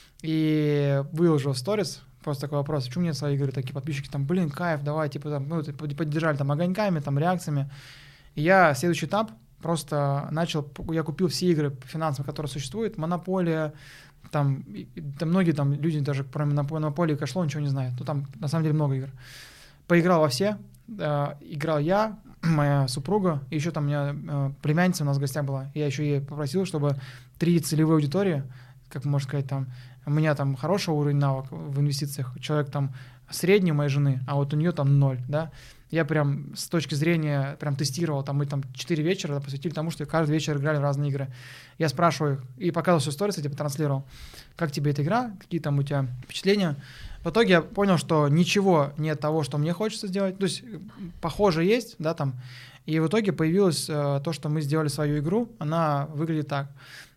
и выложил в сторис. Просто такой вопрос, почему нет своей игры? Такие подписчики там, блин, кайф, давай, типа там, ну, поддержали там огоньками, там, реакциями. И я следующий этап просто начал, я купил все игры финансовые, которые существуют, Монополия, там, там многие там люди даже про Монополию и Cashflow ничего не знают. Ну, там на самом деле много игр. Поиграл во все, э, играл я, моя супруга, и еще там у меня э, племянница у нас в гостях была. Я еще ей попросил, чтобы три целевые аудитории, как можно сказать, там, у меня там хороший уровень навык в инвестициях, человек там средний у моей жены, а вот у нее там ноль, да. Я прям с точки зрения прям тестировал, там мы там четыре вечера посвятили тому, что каждый вечер играли в разные игры. Я спрашиваю их и показывал все сторис, типа транслировал, как тебе эта игра, какие там у тебя впечатления. В итоге я понял, что ничего нет того, что мне хочется сделать, то есть похоже есть, да, там. И в итоге появилось э, то, что мы сделали свою игру, она выглядит так.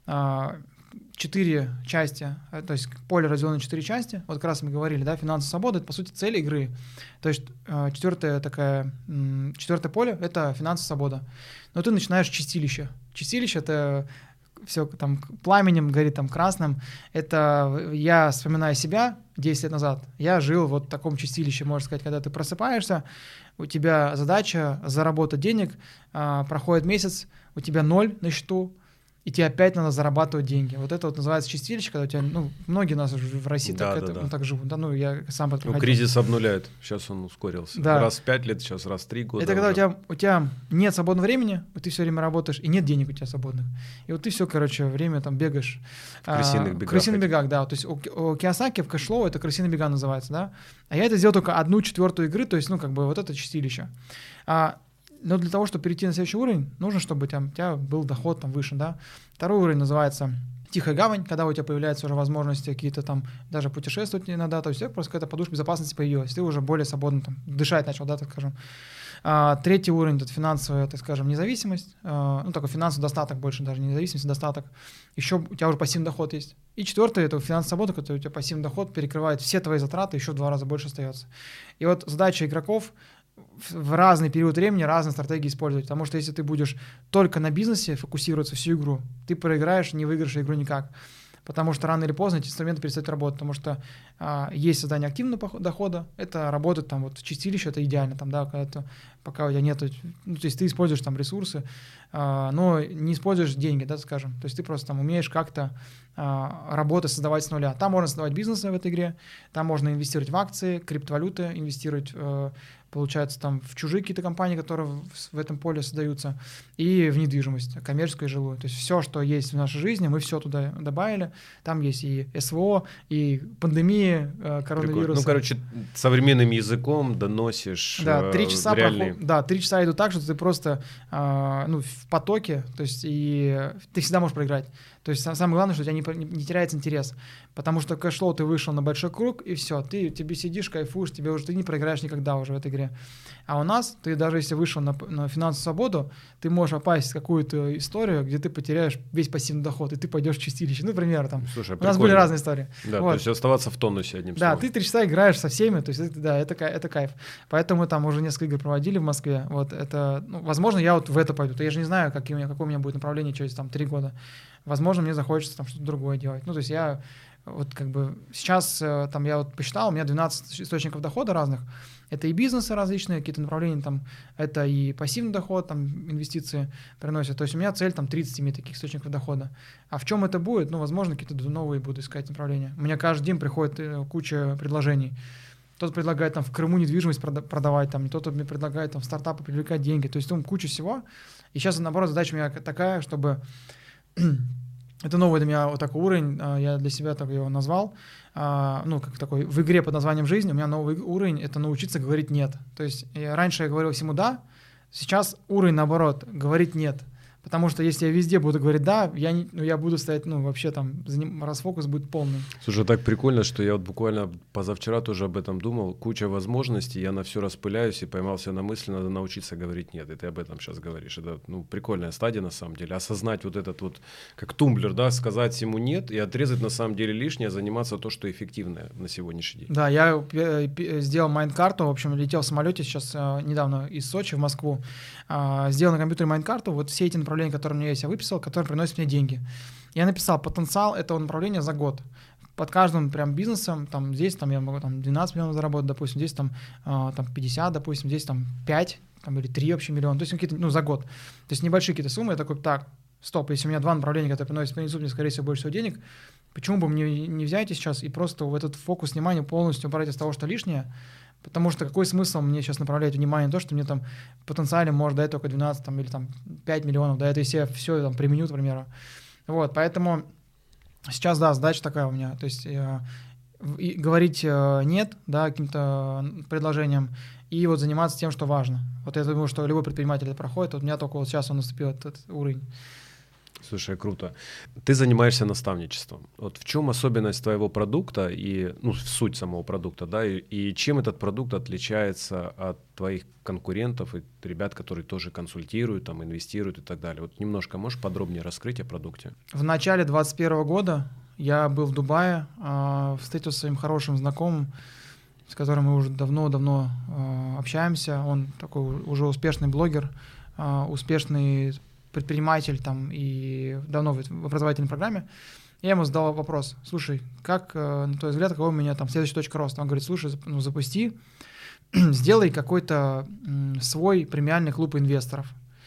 Э, четыре части, то есть поле разделено на четыре части. Вот как раз мы говорили, да, финансовая свобода — это, по сути, цель игры. То есть четвертое такая, четвертое поле — это финансовая свобода. Но ты начинаешь чистилище. Чистилище — это все там пламенем горит, там красным. Это я вспоминаю себя десять лет назад. Я жил вот в таком чистилище, можно сказать, когда ты просыпаешься, у тебя задача заработать денег, проходит месяц, у тебя ноль на счету, и тебе опять надо зарабатывать деньги. Вот это вот называется чистилище, когда у тебя, ну, многие у нас в России да, так, да, это, да. Ну, так живут. Да, ну, я сам это ну, кризис обнуляет. Сейчас он ускорился. Да. Раз в пять лет, сейчас раз в три года. Это когда у тебя, у тебя нет свободного времени, ты все время работаешь, и нет денег у тебя свободных. И вот ты все, короче, время там бегаешь. В крысиных бегах. В крысиных бегах, да. То есть у, у Кийосаки в Cashflow это крысиные бега называется, да. А я это сделал только одну четвертую игры, то есть, ну, как бы вот это чистилище. А, но для того, чтобы перейти на следующий уровень, нужно, чтобы у тебя, у тебя был доход там выше, да. Второй уровень называется тихая гавань, когда у тебя появляются уже возможности какие-то там даже путешествовать иногда, то есть у тебя просто какая-то подушка безопасности появилась, ты уже более свободно там дышать начал, да, так скажем. А, третий уровень — это финансовая, так скажем, независимость, а, ну, такой финансовый достаток больше, даже не независимость, а достаток. Еще у тебя уже пассивный доход есть. И четвертый — это финансовая свобода, который у тебя пассивный доход перекрывает все твои затраты, еще в два раза больше остается. И вот задача игроков в разный период времени разные стратегии использовать, потому что если ты будешь только на бизнесе фокусироваться всю игру, ты проиграешь, не выиграешь игру никак. потому что рано или поздно эти инструменты перестают работать, потому что а, есть создание активного дохода, это работает там вот в чистилище, это идеально, там, да, когда ты, пока у тебя нет, ну, то есть ты используешь там ресурсы, а, но не используешь деньги, да, скажем, то есть ты просто там умеешь как-то а, работать, создавать с нуля. Там можно создавать бизнесы в этой игре, там можно инвестировать в акции, криптовалюты, инвестировать в, получается, там в чужие какие-то компании, которые в, в этом поле создаются, и в недвижимость, коммерческую и жилую. То есть все, что есть в нашей жизни, мы все туда добавили. Там есть и СВО, и пандемии, коронавируса. Ну, короче, современным языком доносишь да, три часа реальный... проход... Да, три часа идут так, что ты просто э, ну, в потоке, то есть и ты всегда можешь проиграть. То есть самое главное, что у тебя не, не, не теряется интерес. Потому что кэшфлоу ты вышел на большой круг, и все, ты тебе сидишь, кайфуешь, тебе уже ты не проиграешь никогда уже в этой игре. А у нас, ты даже если вышел на, на финансовую свободу, ты можешь попасть в какую-то историю, где ты потеряешь весь пассивный доход, и ты пойдешь в чистилище. Ну, например, там. Слушай, у нас были разные истории. Да, вот. То есть оставаться в тонусе одним да, словом. Да, ты три часа играешь со всеми, то есть это, да, это, это кайф. Поэтому там уже несколько игр проводили в Москве. Вот это, ну, возможно, я вот в это пойду. То я же не знаю, какие у меня, какое у меня будет направление через там три года. Возможно, мне захочется там что-то другое делать. Ну, то есть я вот как бы сейчас там я вот посчитал, у меня двенадцать источников дохода разных. Это и бизнесы различные, какие-то направления, там, это и пассивный доход, там, инвестиции приносят. То есть у меня цель там тридцать таких источников дохода. А в чем это будет? Ну, возможно, какие-то новые буду искать направления. У меня каждый день приходит куча предложений. Кто-то предлагает там в Крыму недвижимость продавать, там, кто-то мне предлагает там в стартапы привлекать деньги. То есть там куча всего. И сейчас, наоборот, задача у меня такая, чтобы... Это новый для меня вот такой уровень, я для себя так его назвал, ну, как такой, в игре под названием «Жизнь» у меня новый уровень — это научиться говорить «нет». То есть я, раньше я говорил всему «да», сейчас уровень, наоборот, говорить «нет». Потому что если я везде буду говорить «да», я, не, ну, я буду стоять, ну, вообще там, расфокус будет полный. Слушай, так прикольно, что я вот буквально позавчера тоже об этом думал. Куча возможностей, я на все распыляюсь и поймался на мысли, надо научиться говорить «нет». И ты об этом сейчас говоришь. Это, ну, прикольная стадия, на самом деле. Осознать вот этот вот, как тумблер, да, сказать ему «нет» и отрезать, на самом деле, лишнее, заниматься то, что эффективное на сегодняшний день. Да, я сделал майнд-карту, в общем, летел в самолете сейчас недавно из Сочи в Москву, сделал на компьютере майнд-карту, вот все эти направления, которые у меня есть, я выписал, которые приносят мне деньги. Я написал потенциал этого направления за год. Под каждым прям бизнесом, там здесь там я могу там двенадцать миллионов заработать, допустим, здесь там, э, там пятьдесят, допустим, здесь там пять там, или три вообще миллиона, то есть какие-то, ну, за год. То есть небольшие какие-то суммы, я такой, так, стоп, если у меня два направления, которые приносят, принесут мне, скорее всего, больше всего денег, почему бы мне не взять и сейчас и просто в этот фокус внимания полностью убрать из того, что лишнее. Потому что какой смысл мне сейчас направлять внимание на то, что мне там потенциально может дать только двенадцать там, или там, пять миллионов, да, это если я все там применю, к примеру. Вот, поэтому сейчас, да, задача такая у меня, то есть э, и говорить э, «нет», да, каким-то предложениям, и вот заниматься тем, что важно. Вот я думаю, что любой предприниматель это проходит, вот у меня только вот сейчас он наступил этот уровень. Слушай, круто. Ты занимаешься наставничеством. Вот в чем особенность твоего продукта и, ну, суть самого продукта, да, и, и чем этот продукт отличается от твоих конкурентов и ребят, которые тоже консультируют, там, инвестируют и так далее? Вот немножко можешь подробнее раскрыть о продукте? В начале двадцать первого года я был в Дубае, э, встретился с своим хорошим знакомым, с которым мы уже давно-давно э, общаемся. Он такой уже успешный блогер, э, успешный предприниматель там и давно в образовательной программе. Я ему задал вопрос: слушай, как, на твой взгляд, какой у меня там следующая точка роста? Он говорит: слушай, ну, запусти, сделай какой-то м, свой премиальный клуб инвесторов.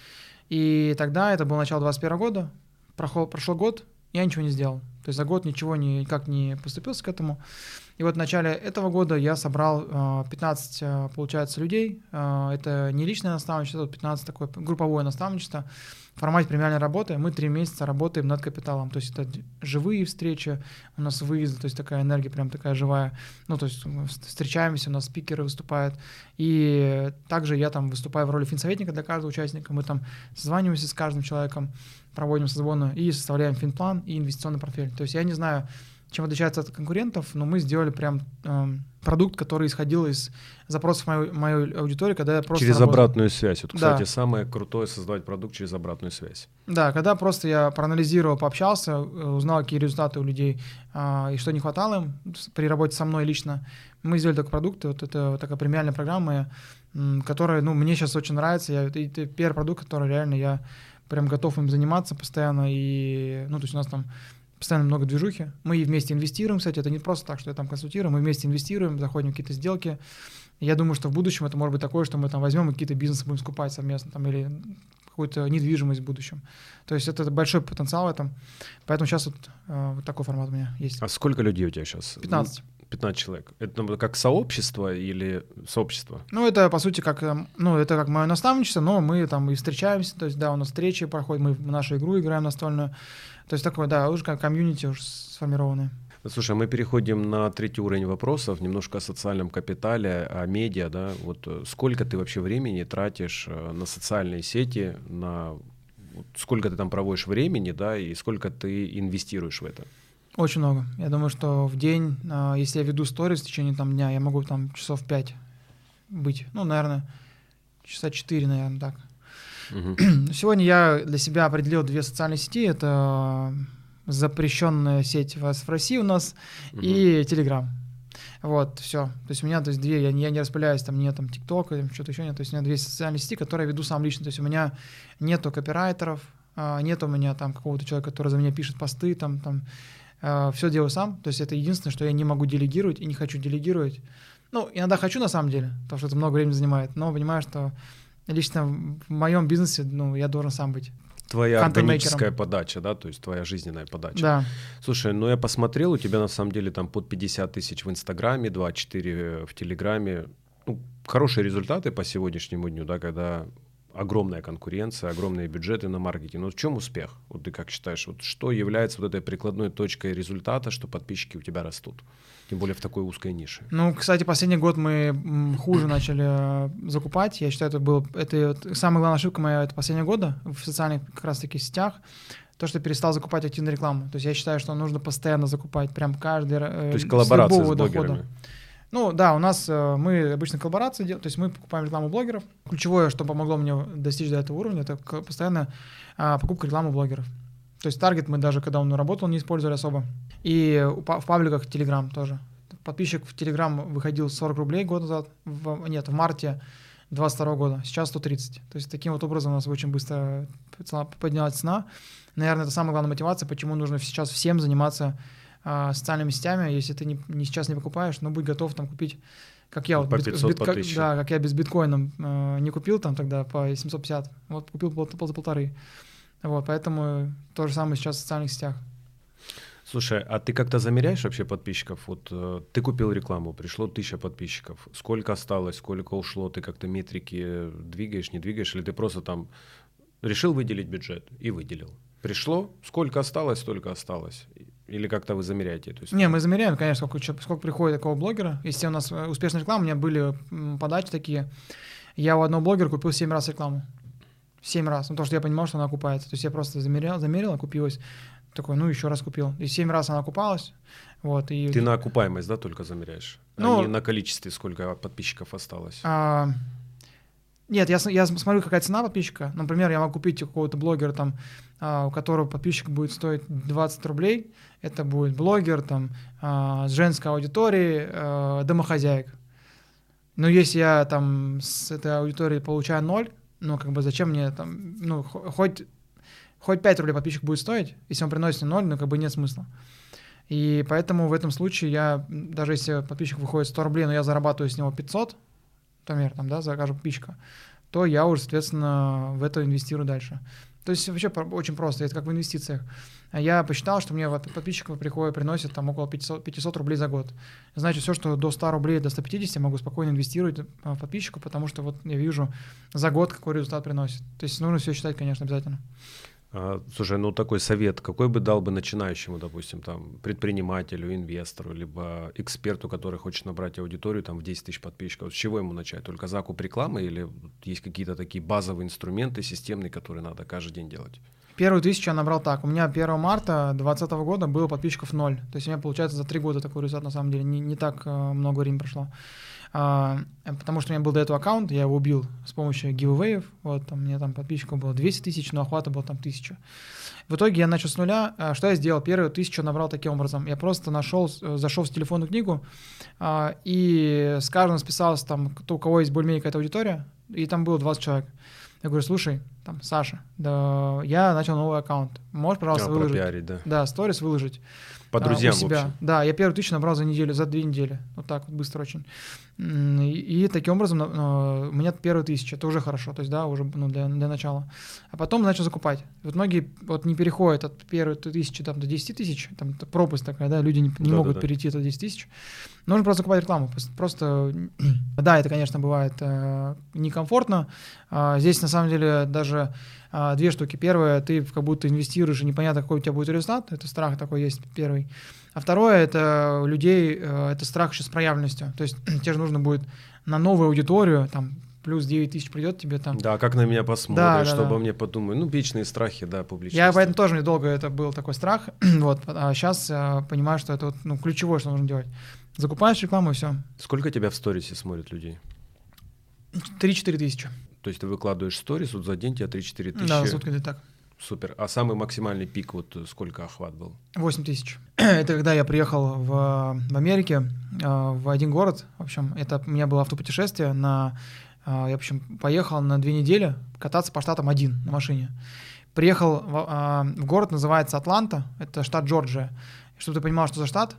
И тогда, это было начало двадцать первого года, прошел, прошел год, я ничего не сделал. То есть за год ничего никак не поступился к этому. И вот в начале этого года я собрал пятнадцать, получается, людей. Это не личное наставничество, это пятнадцать такое групповое наставничество в формате премиальной работы. Мы три месяца работаем над капиталом. То есть это живые встречи, у нас выезды, то есть такая энергия прям такая живая. Ну, то есть мы встречаемся, у нас спикеры выступают. И также я там выступаю в роли финсоветника для каждого участника. Мы там созваниваемся с каждым человеком, проводим созвоны и составляем финплан и инвестиционный портфель. То есть я не знаю, чем отличается от конкурентов, но мы сделали прям э, продукт, который исходил из запросов моей, моей аудитории, когда я просто через работал. Обратную связь. Вот, кстати, да. Самое крутое — создавать продукт через обратную связь. Да, когда просто я проанализировал, пообщался, узнал, какие результаты у людей э, и что не хватало им при работе со мной лично, мы сделали такой продукт. Вот это такая премиальная программа, э, которая, ну, мне сейчас очень нравится. Я, это, это первый продукт, который реально я прям готов им заниматься постоянно. И, ну, то есть у нас там постоянно много движухи. Мы вместе инвестируем, кстати, это не просто так, что я там консультирую, мы вместе инвестируем, заходим в какие-то сделки. Я думаю, что в будущем это может быть такое, что мы там возьмем и какие-то бизнесы будем скупать совместно, там, или какую-то недвижимость в будущем. То есть это большой потенциал в этом. Поэтому сейчас вот, э, вот такой формат у меня есть. А сколько людей у тебя сейчас? пятнадцать. пятнадцать человек. Это как сообщество или сообщество? Ну, это, по сути, как, ну, это как мое наставничество, но мы там и встречаемся, то есть, да, у нас встречи проходят, мы в нашу игру играем настольную. То есть такое, да, уже как комьюнити уже сформированное. Слушай, мы переходим на третий уровень вопросов, немножко о социальном капитале, о медиа, да. Вот сколько ты вообще времени тратишь на социальные сети, на сколько ты там проводишь времени, да, и сколько ты инвестируешь в это? Очень много. Я думаю, что в день, если я веду сторис в течение там дня, я могу там часов пять быть. Ну, наверное, часа четыре, наверное, так. Угу. Сегодня я для себя определил две социальные сети. Это запрещенная сеть в России у нас угу. и Telegram. Вот, все. То есть у меня, то есть две, я, я не распыляюсь, там нет там ТикТока, что-то еще нет. То есть у меня две социальные сети, которые я веду сам лично. То есть у меня нету копирайтеров, нет у меня там какого-то человека, который за меня пишет посты, там, там, все делаю сам. То есть это единственное, что я не могу делегировать и не хочу делегировать. Ну, иногда хочу на самом деле, потому что это много времени занимает, но понимаю, что лично в моем бизнесе, ну, я должен сам быть. Твоя органическая подача, да, то есть твоя жизненная подача. Да. Слушай, ну я посмотрел, у тебя на самом деле там под пятьдесят тысяч в Инстаграме, двадцать четыре в Телеграме. Ну, хорошие результаты по сегодняшнему дню, да, когда огромная конкуренция, огромные бюджеты на маркетинг. Но в чем успех? Вот ты как считаешь, вот что является вот этой прикладной точкой результата, что подписчики у тебя растут? Тем более в такой узкой нише. Ну, кстати, последний год мы хуже начали закупать. Я считаю, это было это самая главная ошибка моя это последнего года в социальных как раз-таки сетях. То, что перестал закупать активную рекламу. То есть я считаю, что нужно постоянно закупать прям каждый То есть коллаборация с блогерами. Дохода. Ну да, у нас мы обычно коллаборации делаем, то есть мы покупаем рекламу блогеров. Ключевое, что помогло мне достичь до этого уровня, это постоянно а, покупка рекламы блогеров. То есть таргет мы даже, когда он работал, не использовали особо. И в пабликах Telegram тоже. Подписчик в Telegram выходил сорок рублей год назад, в, нет, в марте двадцать второго года, сейчас сто тридцать. То есть таким вот образом у нас очень быстро поднялась цена. Наверное, это самая главная мотивация, почему нужно сейчас всем заниматься а, социальными сетями. Если ты не, не сейчас не покупаешь, но будь готов там купить, как я вот по пятьсот, бит, по как, да, как я без биткоином э, не купил там тогда по семьсот пятьдесят, вот купил пол, пол, за полторы. Вот, поэтому то же самое сейчас в социальных сетях. Слушай, а ты как-то замеряешь вообще подписчиков? Вот э, ты купил рекламу, пришло тысяча подписчиков. Сколько осталось, сколько ушло? Ты как-то метрики двигаешь, не двигаешь? Или ты просто там решил выделить бюджет и выделил? Пришло, сколько осталось, столько осталось? Или как-то вы замеряете эту историю? Не, мы замеряем, конечно, сколько, сколько приходит такого блогера. Если у нас успешная реклама, у меня были подачи такие. Я у одного блогера купил семь раз рекламу. семь раз, ну, потому что я понимал, что она окупается. То есть я просто замерял, замерил, окупилась. Такой, ну, еще раз купил. И семь раз она окупалась. Вот, и... Ты на окупаемость, да, только замеряешь? Ну, а не на количестве, сколько подписчиков осталось? А... Нет, я, я смотрю, какая цена подписчика. Например, я могу купить у какого-то блогера, там, а, у которого подписчик будет стоить двадцать рублей. Это будет блогер там, а, с женской аудиторией, а, домохозяек. Но если я там с этой аудитории получаю ноль, ну, как бы зачем мне там, ну, хоть... Хоть пять рублей подписчик будет стоить, если он приносит ноль, ну как бы нет смысла. И поэтому в этом случае я, даже если подписчик выходит сто рублей, но я зарабатываю с него пятьсот, например, там, да, за каждого подписчика, то я уже, соответственно, в это инвестирую дальше. То есть вообще очень просто, это как в инвестициях. Я посчитал, что мне подписчиков приходит, приносит там около пятьсот, пятьсот рублей за год. Значит, все, что до ста рублей, до ста пятидесяти, я могу спокойно инвестировать в подписчика, потому что вот я вижу за год, какой результат приносит. То есть нужно все считать, конечно, обязательно. А, слушай, ну такой совет, какой бы дал бы начинающему, допустим, там, предпринимателю, инвестору, либо эксперту, который хочет набрать аудиторию там, в десять тысяч подписчиков, с чего ему начать? Только закуп рекламы или есть какие-то такие базовые инструменты системные, которые надо каждый день делать? Первую тысячу я набрал так. У меня первого марта двадцатого года было подписчиков ноль. То есть у меня, получается, за три года такой результат, на самом деле, не, не так э, много времени прошло. А, потому что у меня был до этого аккаунт, я его убил с помощью гивэвэев. Вот, там, у меня там подписчиков было двести тысяч, но охвата было там тысяча. В итоге я начал с нуля. А, что я сделал? Первую тысячу набрал таким образом. Я просто нашел, зашел в телефонную книгу а, и с каждым списался, там, кто, у кого есть более-менее какая-то аудитория, и там было двадцать человек. Я говорю, слушай, там, Саша, да, я начал новый аккаунт. Можешь, пожалуйста, а, выложить? пропиарить, да. Да, сторис выложить. По друзьям, а, у себя. в общем. Да, я первую тысячу набрал за неделю, за две недели. Вот так вот, быстро очень. И, и таким образом uh, у меня первая тысяча, это уже хорошо, то есть, да, уже ну, для, для начала. А потом начал закупать. Вот многие вот не переходят от первой тысячи там, до десяти тысяч, там пропасть такая, да, люди не, не да, могут да, да. перейти до десяти тысяч. Нужно просто закупать рекламу. Просто, да, это, конечно, бывает э, некомфортно. А здесь, на самом деле, даже э, две штуки. Первое, ты как будто инвестируешь, и непонятно, какой у тебя будет результат. Это страх такой есть, первый. А второе, это у людей, э, это страх еще с проявленностью. То есть тебе же нужно будет на новую аудиторию, там, плюс девять тысяч придет тебе там. Да, как на меня посмотрят, да, да, что да. обо мне подумают. Ну, вечные страхи, да, публичности. Я поэтому тоже недолго это был такой страх. Вот. А сейчас э, понимаю, что это вот, ну, ключевое, что нужно делать. Закупаешь рекламу и все. Сколько тебя в сторисе смотрят людей? три-четыре тысячи. То есть ты выкладываешь сторис, вот за день тебя три-четыре тысячи? Да, сутки где-то так. Супер. А самый максимальный пик, вот сколько охват был? восемь тысяч. Это когда я приехал в, в Америке, в один город. В общем, это у меня было автопутешествие. На, я, в общем, поехал на две недели кататься по штатам один на машине. Приехал в, в город, называется Атланта. Это штат Джорджия. Чтобы ты понимал, что за штат,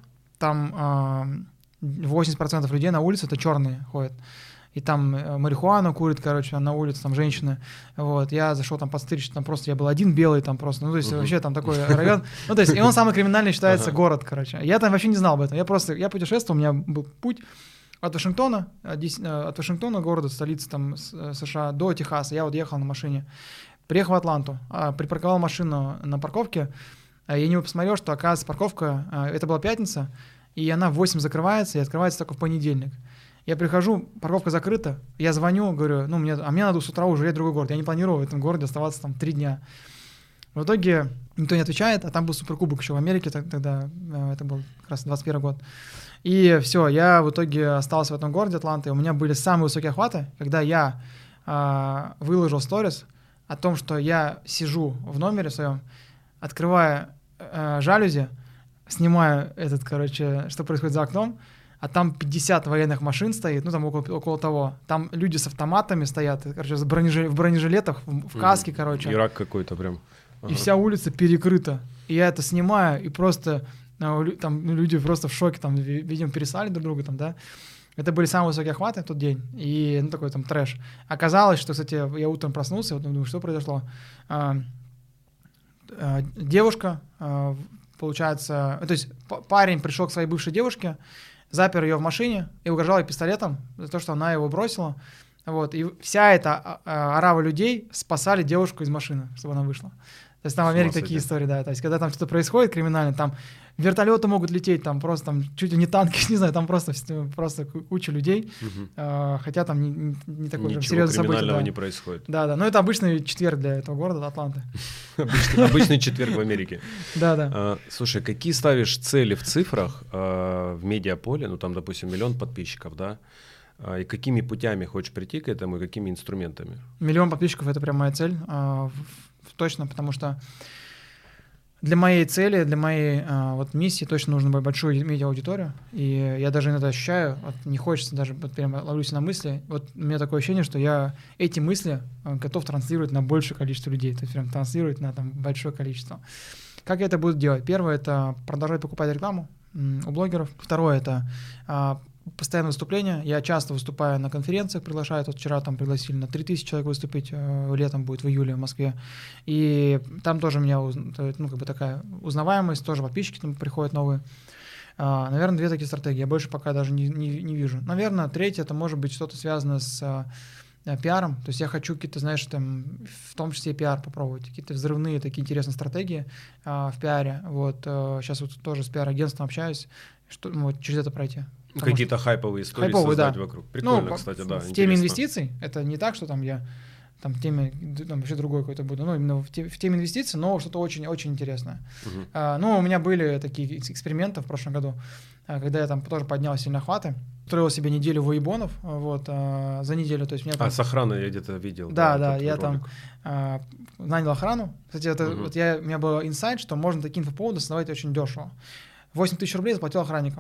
там восемьдесят процентов людей на улице это черные ходят. И там марихуану курят, короче, на улице, там женщины. Вот, я зашел там подстричь, там просто я был один белый, там просто, ну, то есть uh-huh. вообще там такой район. Ну, то есть, и он самый криминальный считается uh-huh. город, короче. Я там вообще не знал об этом. Я просто, я путешествовал, у меня был путь от Вашингтона, от Вашингтона, города, столицы там США, до Техаса. Я вот ехал на машине. Приехал в Атланту, припарковал машину на парковке. Я не посмотрел, что, оказывается, парковка, это была пятница, и она в восемь закрывается, и открывается только в понедельник. Я прихожу, парковка закрыта, я звоню, говорю, ну, мне, а мне надо с утра уже ехать в другой город. Я не планировал в этом городе оставаться там три дня. В итоге никто не отвечает, а там был суперкубок еще в Америке, тогда это был как раз двадцать первый год. И все, я в итоге остался в этом городе Атланты, у меня были самые высокие охваты, когда я э, выложил сторис о том, что я сижу в номере своем, открывая э, жалюзи, снимаю этот, короче, что происходит за окном, а там пятьдесят военных машин стоит, ну там около, около того. Там люди с автоматами стоят, короче, в, бронежилетах, в бронежилетах, в, в каске, короче. Ирак какой-то прям. Ага. И вся улица перекрыта. И я это снимаю, и просто там люди просто в шоке, там, видимо, переслали друг друга, там, да. Это были самые высокие охваты в тот день, и, ну, такой там трэш. Оказалось, что, кстати, я утром проснулся, вот думаю, что произошло. А, а, девушка, а, получается, то есть парень пришел к своей бывшей девушке, запер ее в машине и угрожал ей пистолетом за то, что она его бросила. Вот. И вся эта орава людей спасали девушку из машины, чтобы она вышла. То есть там в Америке такие истории, да. То есть когда там что-то происходит криминально, там вертолеты могут лететь, там просто там чуть ли не танки, не знаю, там просто, просто куча людей. Угу. А, хотя там не, не, не такое же серьезное событие. Ничего криминального да. не происходит. Да, да. Но это обычный четверг для этого города, Атланты. Обычный четверг в Америке. Да, да. Слушай, какие ставишь цели в цифрах в медиаполе? Ну там, допустим, миллион подписчиков, да? И какими путями хочешь прийти к этому и какими инструментами? Миллион подписчиков — это прям моя цель. Точно, потому что для моей цели, для моей а, вот миссии точно нужно будет большую медиа-аудиторию. И я даже иногда ощущаю, вот не хочется даже, вот прям ловлюсь на мысли, вот у меня такое ощущение, что я эти мысли готов транслировать на большее количество людей, то есть прям транслировать на там большое количество. Как я это буду делать? Первое — это продолжать покупать рекламу м, у блогеров. Второе — это а, постоянное выступление. Я часто выступаю на конференциях, приглашают. Вот вчера там пригласили на три тысячи человек выступить, э, летом будет в июле в Москве. И там тоже у меня, ну, как бы такая узнаваемость, тоже подписчики там приходят новые. А, наверное, две такие стратегии. Я больше пока даже не, не, не вижу. Наверное, третье — это может быть что-то связано с а, пиаром. То есть я хочу какие-то, знаешь, там, в том числе и пиар попробовать. Какие-то взрывные такие интересные стратегии а, в пиаре. Вот, а, сейчас вот тоже с пиар-агентством общаюсь, что, ну, вот, через это пройти. Какие-то хайповые истории хайповые, создать да. вокруг. Прикольно, ну, кстати, да. В теме инвестиций это не так, что там я там в теме там, вообще другой какой-то буду. Ну, именно в теме, в теме инвестиций, но что-то очень-очень интересное. Uh-huh. А, ну, у меня были такие эксперименты в прошлом году, когда я там тоже поднял сильно охваты. Строил себе неделю воебонов, вот, а, за неделю. То есть меня там... А с охраной я где-то видел. Да, да, да я ролик. там а, нанял охрану. Кстати, это, uh-huh. вот я, у меня был инсайт, что можно такие инфоповоды создавать очень дешево. восемь тысяч рублей заплатил охранникам.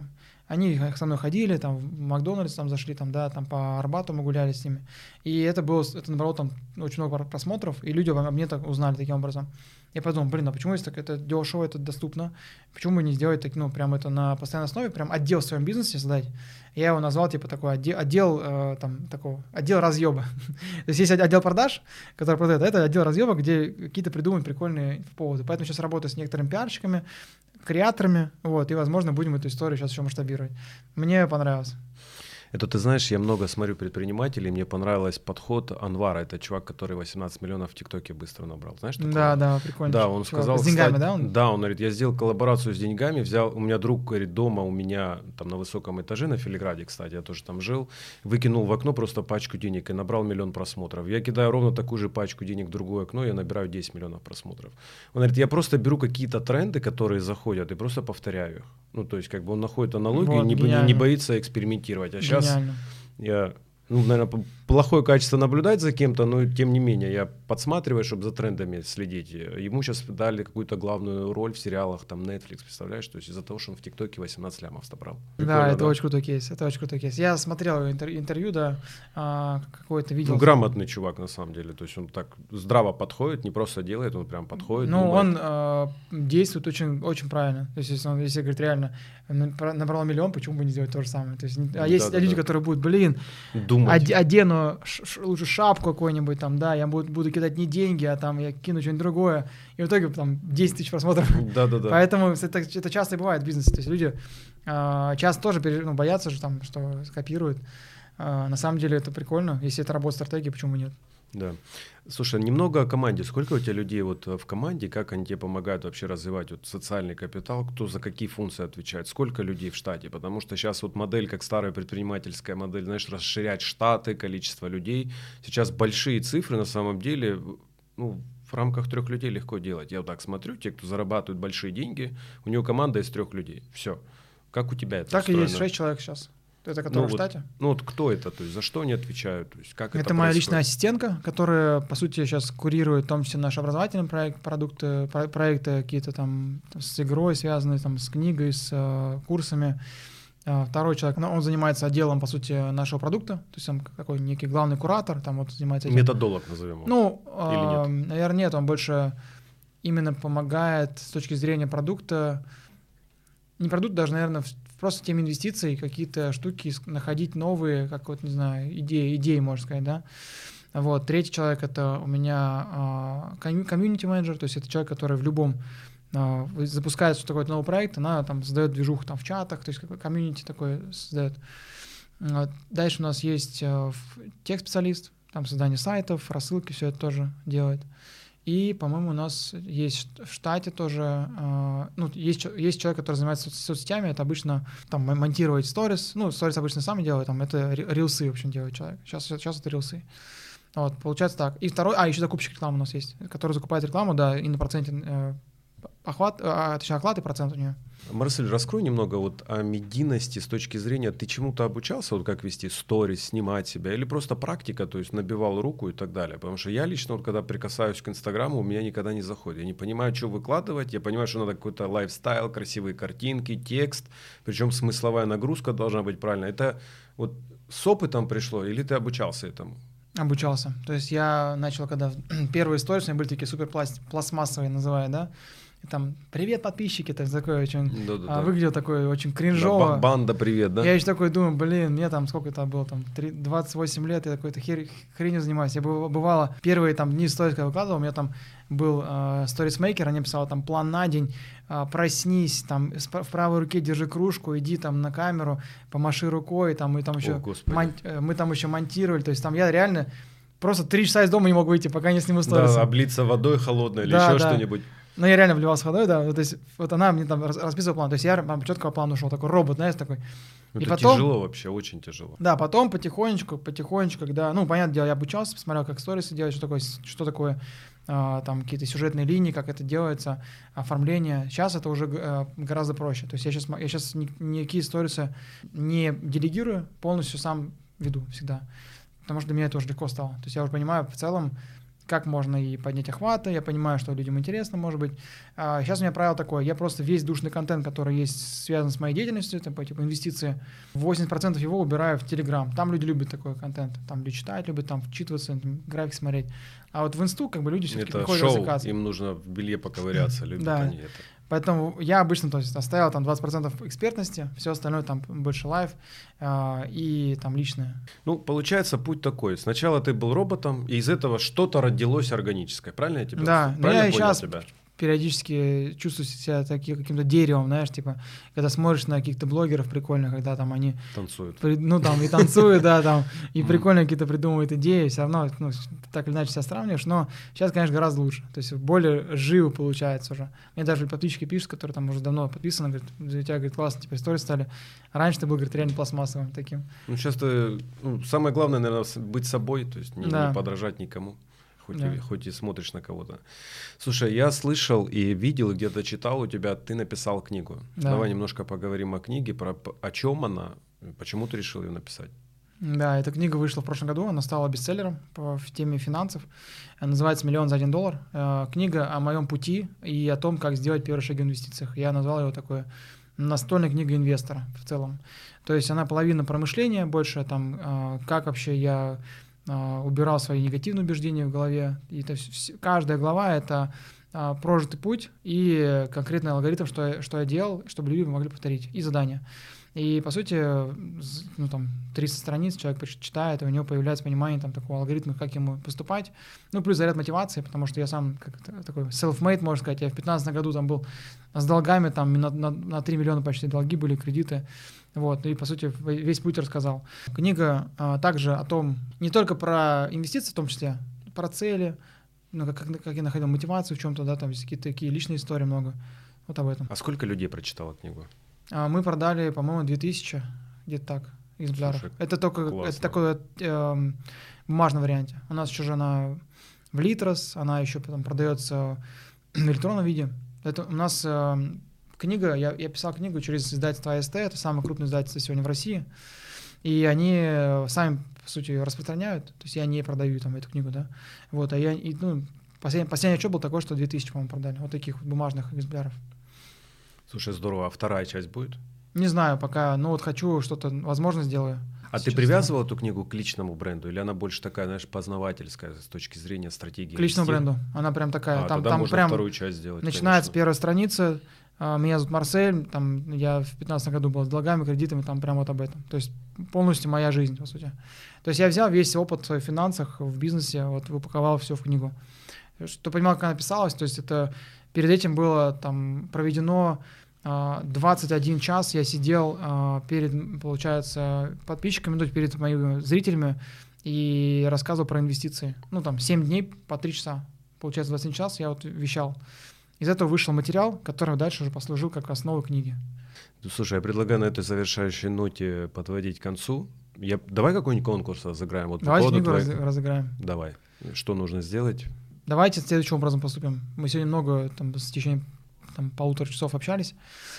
Они со мной ходили, там, в Макдональдс там зашли, там, да, там по Арбату мы гуляли с ними. И это было, это набрало там очень много просмотров, и люди обо мне так узнали таким образом. Я подумал, блин, а почему если так это дешево, это доступно, почему бы не сделать так, ну, прям это на постоянной основе, прям отдел в своем бизнесе создать. Я его назвал, типа, такой отдел, отдел э, там, такого, отдел разъеба. То есть есть отдел продаж, который продает, а это отдел разъеба, где какие-то придумают прикольные поводы. Поэтому сейчас работаю с некоторыми пиарщиками, креаторами, вот, и, возможно, будем эту историю сейчас еще масштабировать. Мне понравилось. Это, ты знаешь, я много смотрю предпринимателей, мне понравился подход Анвара, это чувак, который восемнадцать миллионов в ТикТоке быстро набрал, знаешь такого? Да, да, прикольно. Да, он чувак. сказал... С деньгами, кстати, да? Он? Да, он говорит, я сделал коллаборацию с деньгами, взял, у меня друг, говорит, дома у меня, там на высоком этаже, на Филиграде, кстати, я тоже там жил, выкинул в окно просто пачку денег и набрал миллион просмотров. Я кидаю ровно такую же пачку денег в другое окно, я набираю десять миллионов просмотров. Он говорит, я просто беру какие-то тренды, которые заходят, и просто повторяю их. Ну, то есть, как бы он находит аналогию, Вот, не, не, не боится экспериментировать. А сейчас... Гениально. Я, ну, наверное, плохое качество наблюдать за кем-то, но тем не менее я подсматриваю, чтобы за трендами следить. Ему сейчас дали какую-то главную роль в сериалах, там, Netflix, представляешь? То есть из-за того, что он в ТикТоке восемнадцать лямов собрал. Да, это да? очень крутой кейс, это очень крутой кейс. Я смотрел интер- интервью, да, а, какое-то видел. Ну, грамотный чувак, на самом деле. То есть он так здраво подходит, не просто делает, он прям подходит. Ну, думает. он э, действует очень, очень правильно. То есть если он, если говорит реально, набрал миллион, почему бы не сделать то же самое? То есть, а да, есть да, люди, да. которые будут, блин, думать. одену ш- ш- лучше шапку какую-нибудь, там, да, я буду, буду кидать не деньги, а там я кину что-нибудь другое, и в итоге там десять тысяч просмотров. Да, да, да. Поэтому это, это часто и бывает в бизнесе. То есть люди э, часто тоже пере, ну, боятся, что, там, что скопируют. Э, на самом деле это прикольно. Если это работа стратегии, почему нет? Да. Слушай, немного о команде. Сколько у тебя людей вот в команде, как они тебе помогают вообще развивать вот социальный капитал, кто за какие функции отвечает, сколько людей в штате? Потому что сейчас вот модель, как старая предпринимательская модель, знаешь, расширять штаты, количество людей. Сейчас большие цифры на самом деле, ну, в рамках трех людей легко делать. Я вот так смотрю, те, кто зарабатывают большие деньги, у него команда из трех людей. Все. Как у тебя это Так устроено? и есть шесть человек сейчас. Это который ну, в вот, штате? Ну вот кто это? То есть за что они отвечают? То есть как это, это моя происходит? личная ассистентка, которая, по сути, сейчас курирует в том числе наш образовательный проект, продукты, про- проекты какие-то там с игрой связанные, там, с книгой, с э, курсами. Э, второй человек, ну, он занимается отделом, по сути, нашего продукта, то есть он такой некий главный куратор, там вот занимается этим. Методолог назовем его. Ну, Или э, нет? наверное, нет, он больше именно помогает с точки зрения продукта, не продукт, даже, наверное, просто теме инвестиций, какие-то штуки находить новые, как вот, не знаю, идеи, идеи, можно сказать, да. Вот. Третий человек — это у меня комьюнити-менеджер, то есть это человек, который в любом а, запускает какой-то новый проект, она там создает движуху там в чатах, то есть какой комьюнити такой создает. Вот. Дальше у нас есть а, тех-специалист, там создание сайтов, рассылки, все это тоже делает. И, по-моему, у нас есть в штате тоже, э, ну, есть, есть человек, который занимается соц- соцсетями, это обычно там монтировать сторис, ну, сторис обычно сами делают, там, это рилсы, в общем, делает человек, сейчас, сейчас это рилсы. Вот, получается так. И второй, а, еще закупщик рекламы у нас есть, который закупает рекламу, да, и на проценте э, охват, а, точнее, оклад и процент у нее. Марсель, раскрой немного вот о медийности с точки зрения, ты чему-то обучался, вот как вести сторис, снимать себя, или просто практика, то есть набивал руку и так далее? Потому что я лично, вот, когда прикасаюсь к Инстаграму, у меня никогда не заходит. Я не понимаю, что выкладывать, я понимаю, что надо какой-то лайфстайл, красивые картинки, текст, причем смысловая нагрузка должна быть правильная. Это вот с опытом пришло или ты обучался этому? Обучался. То есть я начал, когда первые сторис у меня были такие супер пластмассовые, называют, да, и там «Привет, подписчики», так такой очень, да, да, а, да. выглядел такой очень кринжово. Да, банда «Привет», да? Я еще такой думаю, блин, мне там сколько это было, там двадцать восемь лет, я такой-то хер, хренью занимаюсь. Я бывало, первые там дни сторис, когда выкладывал, у меня там был сторисмейкер, э, они писали там план на день, э, проснись, там в правой руке держи кружку, иди там на камеру, помаши рукой, там мы там еще, О, мон, мы там еще монтировали, то есть там я реально просто три часа из дома не мог выйти, пока не сниму сторис. Да, облиться водой холодной или да, еще да. что-нибудь. Ну, я реально вливался водой, да, то есть вот она мне там расписывала план, то есть я там четко по плану ушел, такой робот, знаешь, такой. Это и потом, тяжело вообще, очень тяжело. Да, потом потихонечку, потихонечку, когда, ну, понятное дело, я обучался, посмотрел, как сторисы делать, что такое, что такое а, там какие-то сюжетные линии, как это делается, оформление. Сейчас это уже а, гораздо проще. То есть я сейчас, я сейчас ни, никакие сторисы не делегирую, полностью сам веду всегда, потому что для меня это уже легко стало. То есть я уже понимаю в целом, как можно и поднять охваты, я понимаю, что людям интересно, может быть. А сейчас у меня правило такое, я просто весь душный контент, который есть связан с моей деятельностью, типа, типа инвестиции, восемьдесят процентов его убираю в Telegram. Там люди любят такой контент, там люди читают, любят там вчитываться, там, график смотреть. А вот в инсту как бы люди все-таки это приходят шоу, развлекаться. Им нужно в белье поковыряться, любят да. они это. Поэтому я обычно, то есть, оставил там двадцать процентов экспертности, все остальное там больше лайв э, и там личное. Ну, получается, путь такой. Сначала ты был роботом, и из этого что-то родилось органическое. Правильно я тебя? Да, правильно я и понял сейчас тебя? периодически чувствую себя таким каким-то деревом, знаешь, типа, когда смотришь на каких-то блогеров прикольных, когда там они... Танцуют. При, ну, там и танцуют, да, там, и прикольно какие-то придумывают идеи, все равно, ну, так или иначе себя сравниваешь, но сейчас, конечно, гораздо лучше, то есть более живо получается уже. Мне даже подписчики пишут, которые там уже давно подписаны, говорят, у тебя, говорит, классно, типа, истории стали. Раньше ты был, говорит, реально пластмассовым таким. Ну, сейчас ты... Ну, самое главное, наверное, быть собой, то есть не, да. не подражать никому. Хоть, да. и, хоть и смотришь на кого-то. Слушай, я слышал и видел, и где-то читал у тебя, ты написал книгу. Да. Давай немножко поговорим о книге, про, о чем она, почему ты решил ее написать. Да, эта книга вышла в прошлом году, она стала бестселлером по, в теме финансов. Она называется «Миллион за один доллар». Э, книга о моем пути и о том, как сделать первый шаг в инвестициях. Я назвал его такой настольной книгой инвестора в целом. То есть она половина промышления, больше там, э, как вообще я... убирал свои негативные убеждения в голове. И это все, каждая глава — это а, прожитый путь и конкретный алгоритм, что я, что я делал, чтобы люди могли повторить, и задания. И, по сути, ну, там, триста страниц человек читает, и у него появляется понимание там, такого алгоритма, как ему поступать. Ну, плюс заряд мотивации, потому что я сам как такой self-made, можно сказать. Я в пятнадцатом году там был с долгами, там на, на, на три миллиона почти долги были, кредиты. Вот, и, по сути, весь путь рассказал. Книга а, также о том, не только про инвестиции в том числе, про цели, ну, как, как, как я находил мотивацию в чем-то, да, там есть какие-то такие личные истории много. Вот об этом. А сколько людей прочитало книгу? А, мы продали, по-моему, две тысячи, где-то так, экземпляров. Слушай, это только классно. Это такой э, бумажном варианте. У нас еще же она в Литрос, она еще потом продается в электронном виде. Это у нас... Э, Книга, я, я писал книгу через издательство эй эс ти, это самое крупное издательство сегодня в России, и они сами, по сути, распространяют, то есть я не продаю там эту книгу, да, вот, а я, и, ну, последний, последний отчет был такой, что две тысячи, по-моему, продали, вот таких вот бумажных экземпляров. Слушай, здорово, а вторая часть будет? Не знаю пока, ну вот хочу что-то, возможно, сделаю. А ты привязывал эту книгу к личному бренду, или она больше такая, знаешь, познавательская с точки зрения стратегии? К личному бренду, она прям такая, а, там, тогда там можно прям вторую часть сделать, начинается конечно. Первая страница. Меня зовут Марсель, там, я в пятнадцатом году был с долгами, кредитами, там прям вот об этом. То есть полностью моя жизнь, по сути. То есть я взял весь опыт в финансах, в бизнесе, вот выпаковал все в книгу. Что понимал, как она писалась, то есть это перед этим было там проведено двадцать один час, я сидел перед, получается, подписчиками, ну, перед моими зрителями и рассказывал про инвестиции. Ну, там, семь дней по три часа. Получается, двадцать один час я вот вещал. Из этого вышел материал, который дальше уже послужил как основа книги. Слушай, я предлагаю на этой завершающей ноте подводить к концу. Я... Давай какой-нибудь конкурс разыграем. Вот Давайте книгу твоей... раз... разыграем. Давай. Что нужно сделать? Давайте следующим образом поступим. Мы сегодня много, там, в течение там, полутора часов общались,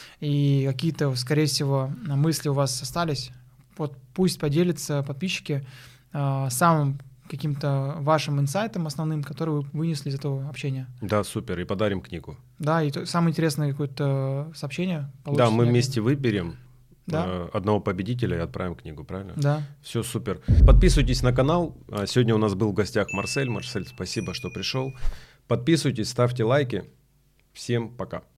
и какие-то, скорее всего, мысли у вас остались. Вот пусть поделятся подписчики э, самым каким-то вашим инсайтом основным, который вы вынесли из этого общения. Да, супер, и подарим книгу. Да, и то, самое интересное какое-то сообщение получится. Да, мы вместе выберем да? э, одного победителя и отправим книгу, правильно? Да. Все, супер. Подписывайтесь на канал. Сегодня у нас был в гостях Марсель. Марсель, спасибо, что пришел. Подписывайтесь, ставьте лайки. Всем пока.